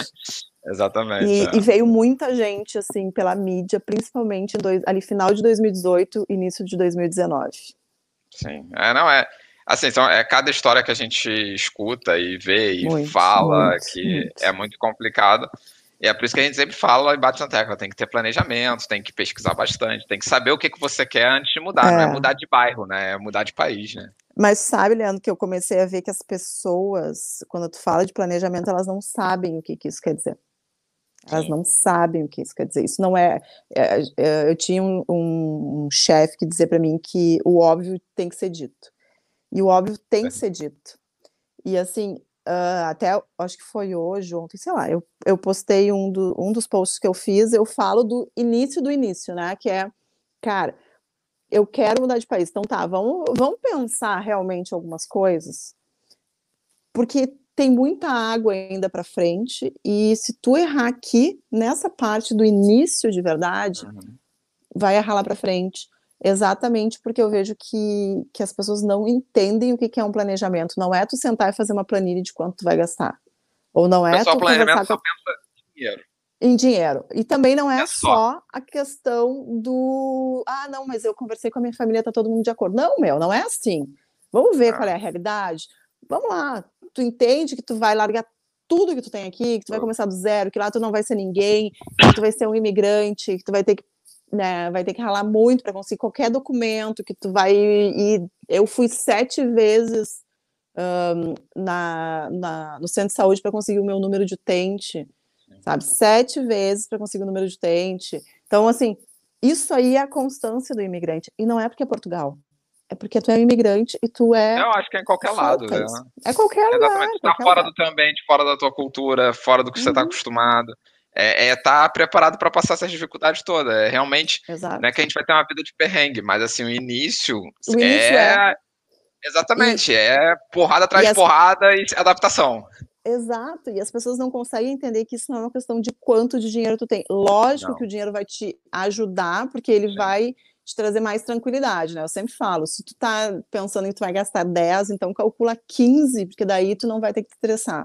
Exatamente. E, e É. veio muita gente, assim, pela mídia, principalmente dois, ali final de dois mil e dezoito, início de dois mil e dezenove. Sim. É, não, é. Assim, são, é cada história que a gente escuta e vê e Muito, fala muito, que muito. é muito complicado. E é por isso que a gente sempre fala e bate na tecla. Tem que ter planejamento, tem que pesquisar bastante, tem que saber o que, que você quer antes de mudar. Não é É, mudar de bairro, né? É mudar de país, né? mas sabe, Leandro, que eu comecei a ver que as pessoas, quando tu fala de planejamento, elas não sabem o que, que isso quer dizer. Elas Sim. não sabem o que isso quer dizer. Isso não é. é, é eu tinha um, um, um chefe que dizia para mim que o óbvio tem que ser dito. E o óbvio tem que ser dito. E assim, uh, até acho que foi hoje, ontem, sei lá, eu, eu postei um, do, um dos posts que eu fiz, eu falo do início do início, né? Que é, cara, eu quero mudar de país. Então tá, vamos, vamos pensar realmente algumas coisas, porque tem muita água ainda para frente, e se tu errar aqui, nessa parte do início de verdade, Uhum. vai errar lá para frente. Exatamente porque eu vejo que, que as pessoas não entendem o que, que é um planejamento. Não é tu sentar e fazer uma planilha de quanto tu vai gastar. Ou não O é pessoal, tu planejamento conversar com só a, pensa em dinheiro. em dinheiro. E também não é É só. só a questão do ah, não, mas eu conversei com a minha família, tá todo mundo de acordo. Não, meu, não é assim. Vamos ver qual é Ah, a realidade. Vamos lá. Tu entende que tu vai largar tudo que tu tem aqui, que tu vai tudo. começar do zero, que lá tu não vai ser ninguém, que tu vai ser um imigrante, que tu vai ter que, né, vai ter que ralar muito para conseguir qualquer documento, que tu vai ir. Eu fui sete vezes um, na, na, no centro de saúde para conseguir o meu número de utente, sabe? Sete vezes para conseguir o número de utente. Então, assim, isso aí é a constância do imigrante. E não é porque é Portugal. É porque tu é um imigrante e tu é Eu acho que é em qualquer fora lado, do né? país. É qualquer Exatamente. lugar, Estar qualquer fora do lugar. teu ambiente, fora da tua cultura, fora do que você está Uhum, acostumado. É é estar preparado para passar essas dificuldades todas. É realmente, não é exato. que a gente vai ter uma vida de perrengue, mas assim, o início O início é. é E, exatamente, é porrada e atrás de as porrada e adaptação. Exato, e as pessoas não conseguem entender que isso não é uma questão de quanto de dinheiro tu tem. Lógico que o Não, dinheiro vai te ajudar, porque ele sim, vai te trazer mais tranquilidade, né? Eu sempre falo, se tu tá pensando em que tu vai gastar dez, então calcula quinze, porque daí tu não vai ter que te estressar.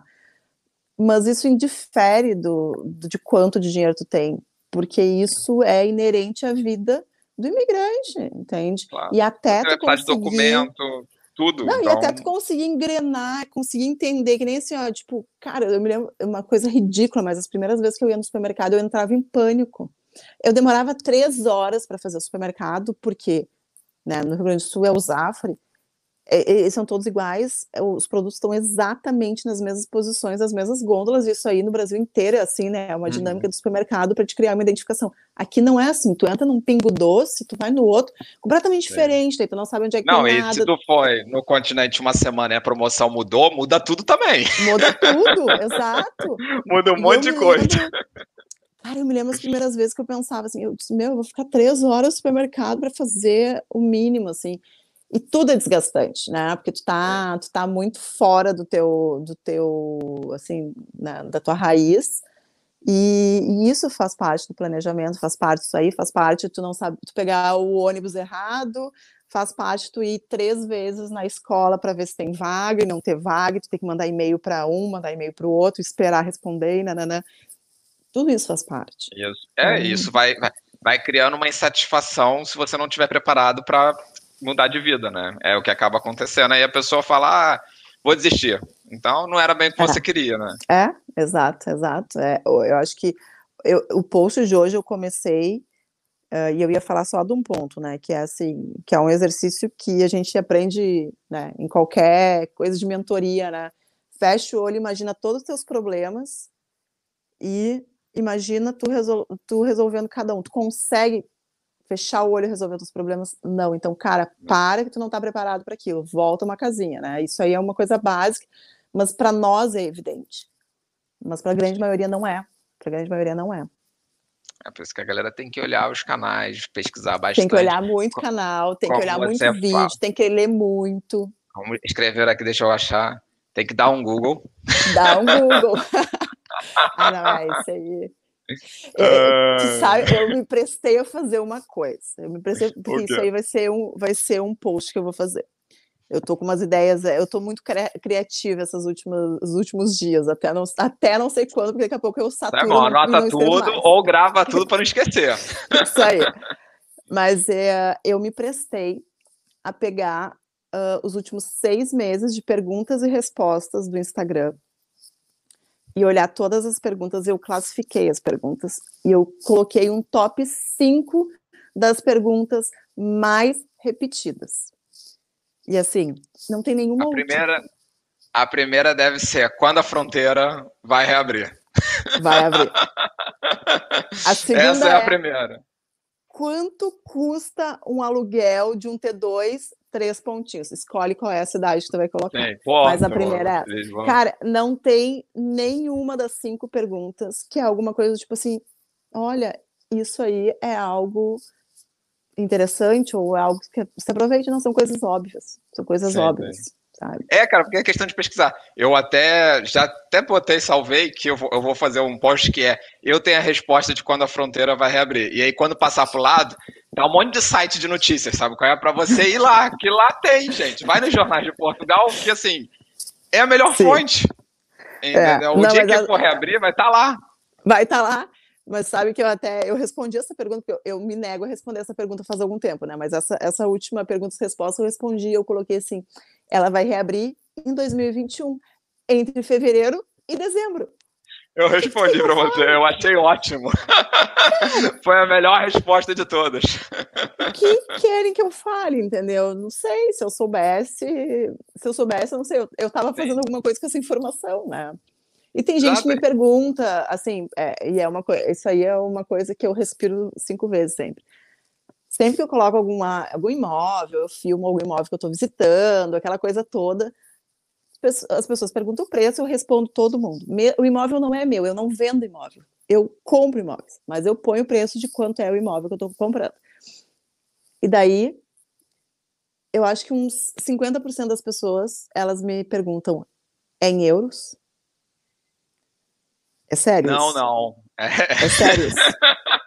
Mas isso indifere do, do de quanto de dinheiro tu tem, porque isso é inerente à vida do imigrante, entende? claro. E Você até vai tu precisar de conseguir documento. tudo. Não, e Então, até tu conseguir engrenar, conseguir entender, que nem assim, ó, tipo, cara, eu me lembro, uma coisa ridícula, mas as primeiras vezes que eu ia no supermercado, eu entrava em pânico. Eu demorava três horas para fazer o supermercado, porque, né, no Rio Grande do Sul é o Zafari, é, eles são todos iguais, os produtos estão exatamente nas mesmas posições, as mesmas gôndolas, isso aí no Brasil inteiro é assim, né? É uma dinâmica uhum. do supermercado para te criar uma identificação. Aqui não é assim, tu entra num Pingo Doce, tu vai no outro, completamente Sim. diferente, daí tu não sabe onde é que tem Não, e se nada, tu foi no Continente uma semana e a promoção mudou, muda tudo também. muda tudo, exato. Muda um E eu monte de me coisa. lembro, cara, eu me lembro as primeiras vezes que eu pensava assim, eu disse, meu, eu vou ficar três horas no supermercado para fazer o mínimo, assim. E tudo é desgastante, né? Porque tu Sim. tá, tu tá muito fora do teu, do teu, assim, né, da tua raiz. E, e isso faz parte do planejamento, faz parte disso aí, faz parte tu não sabe, tu pegar o ônibus errado, faz parte tu ir três vezes na escola para ver se tem vaga e não ter vaga, tu tem que mandar e-mail para um, mandar e-mail para o outro, esperar responder, nananã. Tudo isso faz parte. Isso. É, Então, isso vai, vai, vai criando uma insatisfação se você não estiver preparado para mudar de vida, né? É o que acaba acontecendo. Aí a pessoa fala, ah, vou desistir. Então não era bem o que você queria, né? é, é, exato, exato. É, eu acho que eu, o post de hoje eu comecei uh, e eu ia falar só de um ponto, né? Que é assim, que é um exercício que a gente aprende, né, em qualquer coisa de mentoria, né? Fecha o olho, imagina todos os teus problemas e imagina tu, resol tu resolvendo cada um. Tu consegue fechar o olho e resolver os problemas? Não. Então, cara, para que tu não tá preparado para aquilo. Volta uma casinha, né? Isso aí é uma coisa básica, mas para nós é evidente. Mas para a grande maioria não é. Para a grande maioria não é. É por isso que a galera tem que olhar os canais, pesquisar Tem que bastante. olhar muito canal, tem que Como olhar você muito fala, vídeo, tem que ler muito. como escrever aqui, deixa eu achar. Tem que dar um Google. Dá um Google. Ah, não, é isso aí. É, tu Uh... sabe, eu me prestei a fazer uma coisa. Eu me prestei, porque O isso quê? aí vai ser um, vai ser um post que eu vou fazer. Eu tô com umas ideias, eu tô muito criativa essas últimas, os últimos dias, até não, até não sei quando, porque daqui a pouco eu Tá saturo bom, e não, e anota não escrevo tudo mais. ou grava tudo para não esquecer. Isso aí. Mas é, eu me prestei a pegar uh, os últimos seis meses de perguntas e respostas do Instagram e olhar todas as perguntas. Eu classifiquei as perguntas e eu coloquei um top cinco das perguntas mais repetidas. E assim, não tem nenhuma A outra. primeira, a primeira deve ser quando a fronteira vai reabrir. Vai abrir. A Essa segunda é a é: primeira. quanto custa um aluguel de um T dois, três pontinhos? Escolhe qual é a cidade que tu vai colocar. Sim, Mas a Porto, primeira é essa. Lisboa. Cara, não tem nenhuma das cinco perguntas que é alguma coisa tipo assim, olha, isso aí é algo interessante ou é algo que você aproveite. Não, são coisas óbvias. São coisas Sim, sim. óbvias, sabe? É, cara, porque é questão de pesquisar. Eu até, já até botei, salvei, que eu vou, eu vou fazer um post que é, eu tenho a resposta de quando a fronteira vai reabrir. E aí, quando passar pro lado, dá um monte de site de notícias, sabe? Qual é pra você ir lá, que lá tem, gente. Vai nos jornais de Portugal, que assim, é a melhor Sim. fonte. É. Entendeu? O Não, dia mas que a... for reabrir, vai estar tá lá. Vai estar tá lá. Mas sabe que eu até eu respondi essa pergunta, porque eu, eu me nego a responder essa pergunta faz algum tempo, né? Mas essa, essa última pergunta e resposta eu respondi, eu coloquei assim: ela vai reabrir em dois mil e vinte e um, entre fevereiro e dezembro. Eu respondi para você, eu achei ótimo. Cara, foi a melhor resposta de todas. O que querem que eu fale, entendeu? Não sei, se eu soubesse, se eu soubesse, eu não sei, eu, eu tava fazendo Sim. alguma coisa com essa informação, né? E tem gente que me pergunta, assim, é, e é uma coisa, isso aí é uma coisa que eu respiro cinco vezes sempre. Sempre que eu coloco alguma, algum imóvel, eu filmo algum imóvel que eu estou visitando, aquela coisa toda, as pessoas perguntam o preço, eu respondo todo mundo. O imóvel não é meu, eu não vendo imóvel. Eu compro imóveis, mas eu ponho o preço de quanto é o imóvel que eu estou comprando. E daí, eu acho que uns cinquenta por cento das pessoas, elas me perguntam, é em euros? É sério Não, isso? não. É, é sério isso?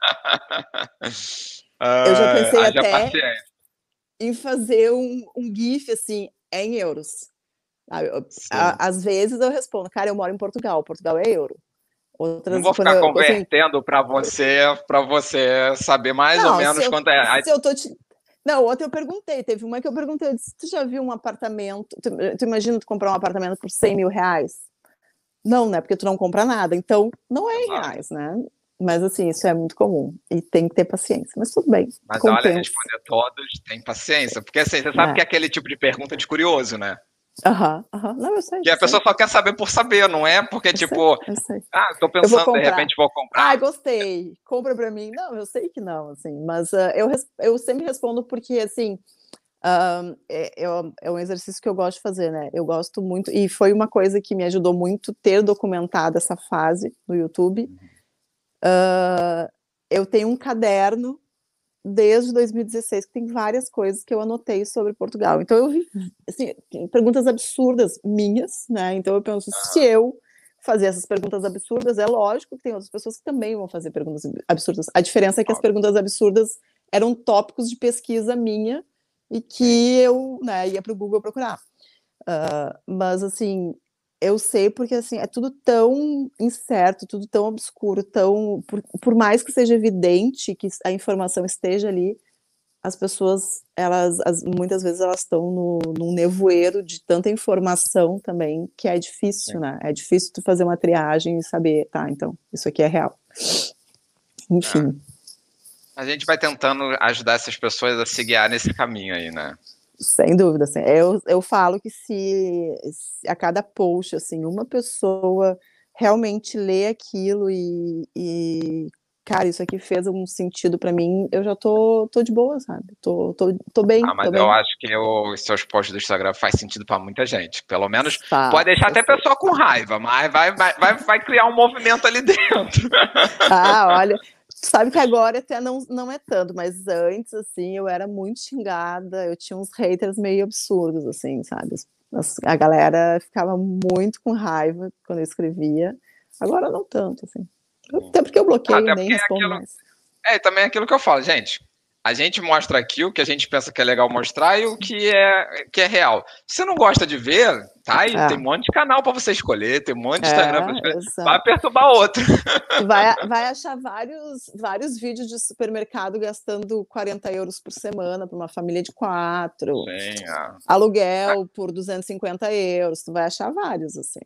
Eu já pensei uh, até paciência. em fazer um, um GIF assim, é em euros. A, às vezes eu respondo, cara, eu moro em Portugal, Portugal é euro. Outras, não vou ficar eu, convertendo assim, para você, para você saber mais não, ou menos eu, quanto é. Se eu tô te, Não, outra eu perguntei, teve uma que eu perguntei, eu disse, tu já viu um apartamento, tu, tu imagina tu comprar um apartamento por cem mil reais? Não, né, porque tu não compra nada, então não é em Exato. reais, né? Mas assim, isso é muito comum, e tem que ter paciência, mas tudo bem, Mas olha, compensa. responder todos, tem paciência, porque assim, você sabe É. que é aquele tipo de pergunta de curioso, né? Aham, aham, não, eu sei, Que eu a pessoa sei, só quer saber por saber, não é porque, eu sei, tipo, eu sei. ah, tô Eu vou pensando, de comprar. repente vou comprar. Ah, gostei, compra pra mim. Não, eu sei que não, assim, mas uh, eu, res- eu sempre respondo porque, assim, um, é, é, é um exercício que eu gosto de fazer, né? Eu gosto muito, e foi uma coisa que me ajudou muito ter documentado essa fase no YouTube. Uh, eu tenho um caderno desde dois mil e dezesseis que tem várias coisas que eu anotei sobre Portugal. Então eu vi assim, perguntas absurdas minhas, né? Então eu penso, se eu fazer essas perguntas absurdas, é lógico que tem outras pessoas que também vão fazer perguntas absurdas. A diferença é que as perguntas absurdas eram tópicos de pesquisa minha e que Sim. eu, né, ia para o Google procurar. Uh, mas assim, eu sei porque assim é tudo tão incerto, tudo tão obscuro, tão por, por mais que seja evidente que a informação esteja ali, as pessoas, elas as, muitas vezes elas estão no, num nevoeiro de tanta informação também que é difícil, Sim. né? É difícil tu fazer uma triagem e saber, tá, então isso aqui é real. Enfim. É. A gente vai tentando ajudar essas pessoas a se guiar nesse caminho aí, né? Sem dúvida, assim, eu, eu falo que se, se a cada post, assim, uma pessoa realmente lê aquilo e, e cara, isso aqui fez algum sentido para mim, eu já tô, tô de boa, sabe? Tô, tô, tô bem, Ah, mas tô eu bem. acho que os seus posts do Instagram faz sentido para muita gente. Pelo menos pode Faz, deixar eu até a sei. pessoa com raiva, mas vai, vai, vai, vai criar um movimento ali dentro. Ah, olha, sabe que agora até não, não é tanto, mas antes, assim, eu era muito xingada, eu tinha uns haters meio absurdos, assim, sabe? As- A galera ficava muito com raiva quando eu escrevia, agora não tanto, assim. Até porque eu Ah, bloqueio, até nem porque é respondo aquilo. mais. É, também é aquilo que eu falo, gente. A gente mostra aqui o que a gente pensa que é legal mostrar e o que é, que é real. Se você não gosta de ver, tá aí, tem um monte de canal para você escolher, tem um monte de É, Instagram para escolher. é, Vai exato. perturbar outro. Tu vai, vai achar vários, vários vídeos de supermercado gastando quarenta euros por semana para uma família de quatro, Sim, ah. aluguel por duzentos e cinquenta euros, tu vai achar vários, assim.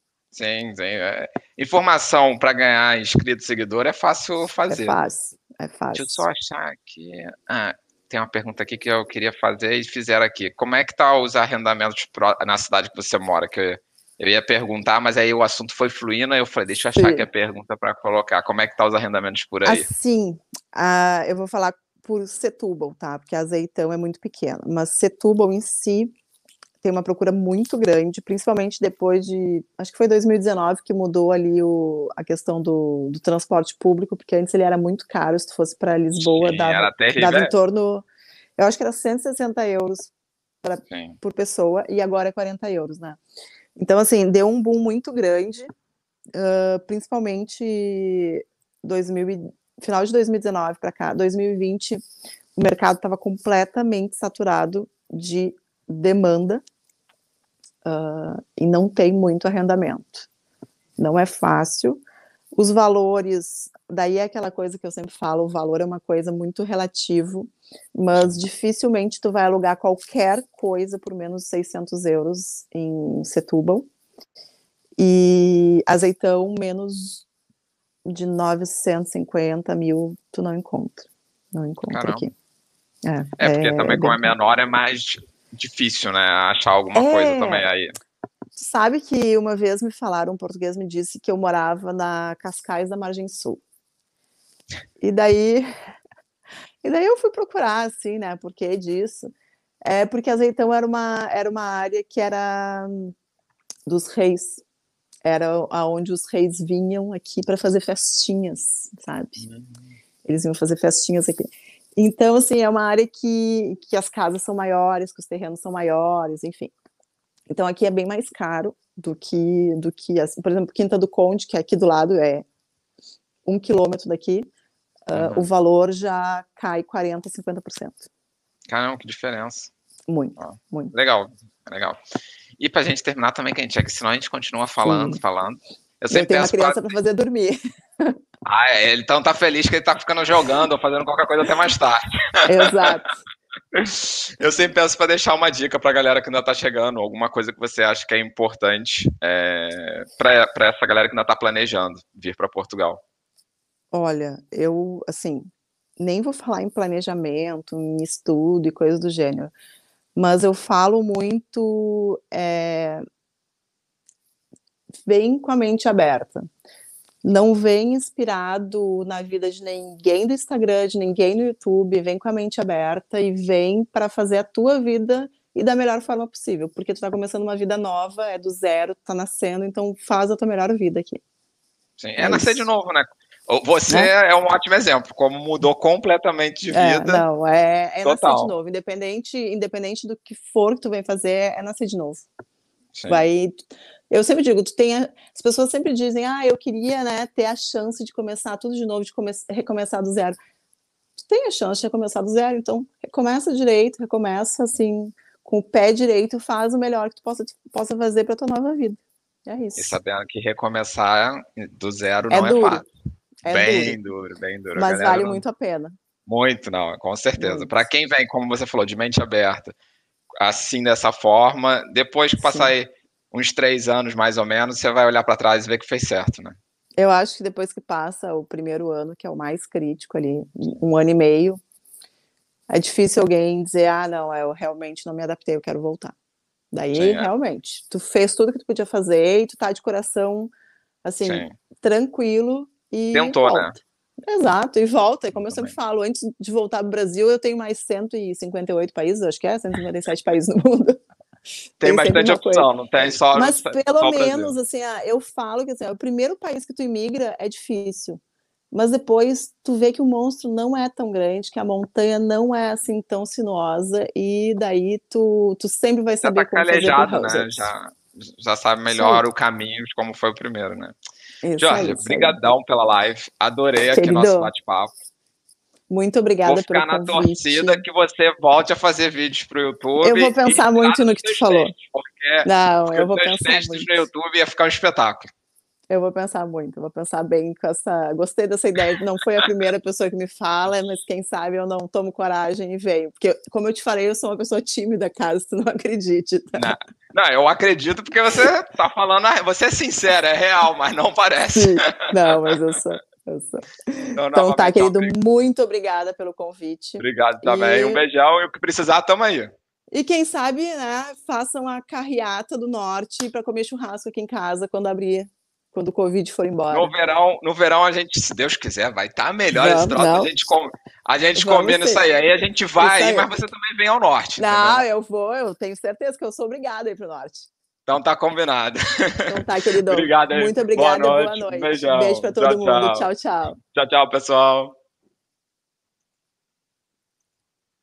Sim, sim. É. Informação para ganhar inscrito e seguidor é fácil É fazer. fácil, é Deixa eu só fácil. achar aqui. Ah, tem uma pergunta aqui que eu queria fazer e fizeram aqui. Como é que tá os arrendamentos pro- na cidade que você mora? Que eu, eu ia perguntar, mas aí o assunto foi fluindo, aí eu falei, deixa eu achar aqui a Sim. pergunta para colocar. Como é que tá os arrendamentos por aí? Assim, ah, eu vou falar por Setúbal, tá? Porque Azeitão é muito pequeno, mas Setúbal em si tem uma procura muito grande, principalmente depois de, acho que foi dois mil e dezenove que mudou ali o, a questão do, do transporte público, porque antes ele era muito caro, se tu fosse para Lisboa, Sim, dava, era terrível. dava em É. torno, eu acho que era cento e sessenta euros pra, Sim. por pessoa, e agora é quarenta euros, né? Então, assim, deu um boom muito grande, uh, principalmente dois mil e, final de dois mil e dezenove para cá, dois mil e vinte, o mercado estava completamente saturado de demanda, Uh, e não tem muito arrendamento. Não é fácil. Os valores, daí é aquela coisa que eu sempre falo, o valor é uma coisa muito relativo, mas dificilmente tu vai alugar qualquer coisa por menos de seiscentos euros em Setúbal. E Azeitão, menos de novecentos e cinquenta mil, tu não encontra. Não encontra Caramba. aqui. É, É, porque é, também é como bem é menor é mais difícil, né? Achar alguma coisa também É, aí. sabe que uma vez me falaram, um português me disse que eu morava na Cascais da Margem Sul. E daí, e daí eu fui procurar, assim, né, por que disso? É porque Azeitão era uma, era uma área que era dos reis, era aonde os reis vinham aqui para fazer festinhas, sabe? Eles iam fazer festinhas aqui. Então, assim, é uma área que, que as casas são maiores, que os terrenos são maiores, enfim. Então, aqui é bem mais caro do que, do que as, por exemplo, Quinta do Conde, que é aqui do lado, é um quilômetro daqui, uh, o Uhum. valor já cai quarenta, cinquenta por cento. Caramba, que diferença. Muito, Ó, muito. legal, legal. E pra gente terminar também, que a gente é que senão a gente continua falando, Sim. falando. Eu Eu sempre tenho uma peço pra. criança para fazer dormir. Ah, é, ele então tá feliz que ele tá ficando jogando ou fazendo qualquer coisa até mais tarde. Exato. Eu sempre peço para deixar uma dica para a galera que ainda está chegando, alguma coisa que você acha que é importante é, para essa galera que ainda está planejando vir para Portugal. Olha, eu, assim, nem vou falar em planejamento, em estudo e coisas do gênero, mas eu falo muito, eh vem com a mente aberta. Não vem inspirado na vida de ninguém do Instagram, de ninguém no YouTube, vem com a mente aberta e vem para fazer a tua vida e da melhor forma possível, porque tu tá começando uma vida nova, é do zero, tu tá nascendo, então faz a tua melhor vida aqui. Sim, é É nascer de isso. novo, né? Você Né? é um ótimo exemplo, como mudou completamente de É, vida. não, é é nascer de Total. novo, independente independente do que for que tu vem fazer, é nascer de novo. Sim. Vai eu sempre digo, tu tem a as pessoas sempre dizem: "Ah, eu queria, né, ter a chance de começar tudo de novo, de come recomeçar do zero". Tu tem a chance de recomeçar do zero, então recomeça direito, recomeça, assim, com o pé direito, faz o melhor que tu possa possa fazer pra tua nova vida. É E isso. sabendo que recomeçar do zero É não é duro, fácil. é duro, Bem duro, bem duro. A mas galera vale não muito a pena. muito, não, com certeza. Muito. Para quem vem, como você falou, de mente aberta, assim, dessa forma, depois que passar Sim. aí uns três anos, mais ou menos, você vai olhar para trás e ver que fez certo, né? Eu acho que depois que passa o primeiro ano, que é o mais crítico ali, um ano e meio, é difícil alguém dizer: "Ah, não, eu realmente não me adaptei, eu quero voltar". Daí, Sim, é. realmente, tu fez tudo o que tu podia fazer e tu tá de coração, assim, Sim. tranquilo e Tentou, né? volta. Exato, e volta. E como eu sempre Exatamente. falo, antes de voltar para o Brasil, eu tenho mais cento e cinquenta e oito países, acho que é, cento e cinquenta e sete países no mundo. Tem Tem sempre bastante uma coisa. opção, não tem só no Mas pelo só o Brasil. menos, assim, ah, eu falo que, assim, o primeiro país que tu imigra é difícil, mas depois tu vê que o monstro não é tão grande, que a montanha não é, assim, tão sinuosa e daí tu tu sempre vai Já tá saber como fazer para calejado, os né, outros. já já sabe Isso aí. melhor o caminho de como foi o primeiro, né. Isso aí, Jórgia, isso aí. brigadão pela live, adorei aqui nosso Querido, bate-papo. muito Vou obrigada pelo ficar na torcida convite. que você volte a fazer vídeos para o Eu YouTube vou e pensar retirada muito no dos que tu teus falou. textos, porque Não, porque eu os vou teus pensar textos no muito. YouTube ia ficar um espetáculo. Eu vou pensar muito, eu vou pensar bem com essa gostei dessa ideia, não foi a primeira pessoa que me fala, mas quem sabe eu não tomo coragem e venho, porque como eu te falei, eu sou uma pessoa tímida, caso tu não acredite, tá. Não, não, eu acredito porque você tá falando a você é sincera, é real, mas não parece. Sim, não, mas eu sou, eu sou. Então, Então tá, novamente, ó, querido, bri muito obrigada pelo convite obrigado também, um e beijão e o que precisar tamo aí. e quem sabe, né, façam a carreata do norte pra comer churrasco aqui em casa quando abrir, quando o covid for No embora. verão no verão a gente, se Deus quiser, vai estar melhor esse Vamos, troço, a não, gente com a gente vamos combina isso sim. aí, aí a gente vai Isso aí, aí. mas você também vem ao norte, entendeu? Não, eu vou, eu tenho certeza que eu sou obrigada a ir para o norte. Então tá combinado. Então tá, querido, Obrigado aí, muito boa obrigada e boa noite, um noite. Beijo beijão. para Tchau, todo mundo. tchau. Tchau, tchau. Tchau, tchau, pessoal.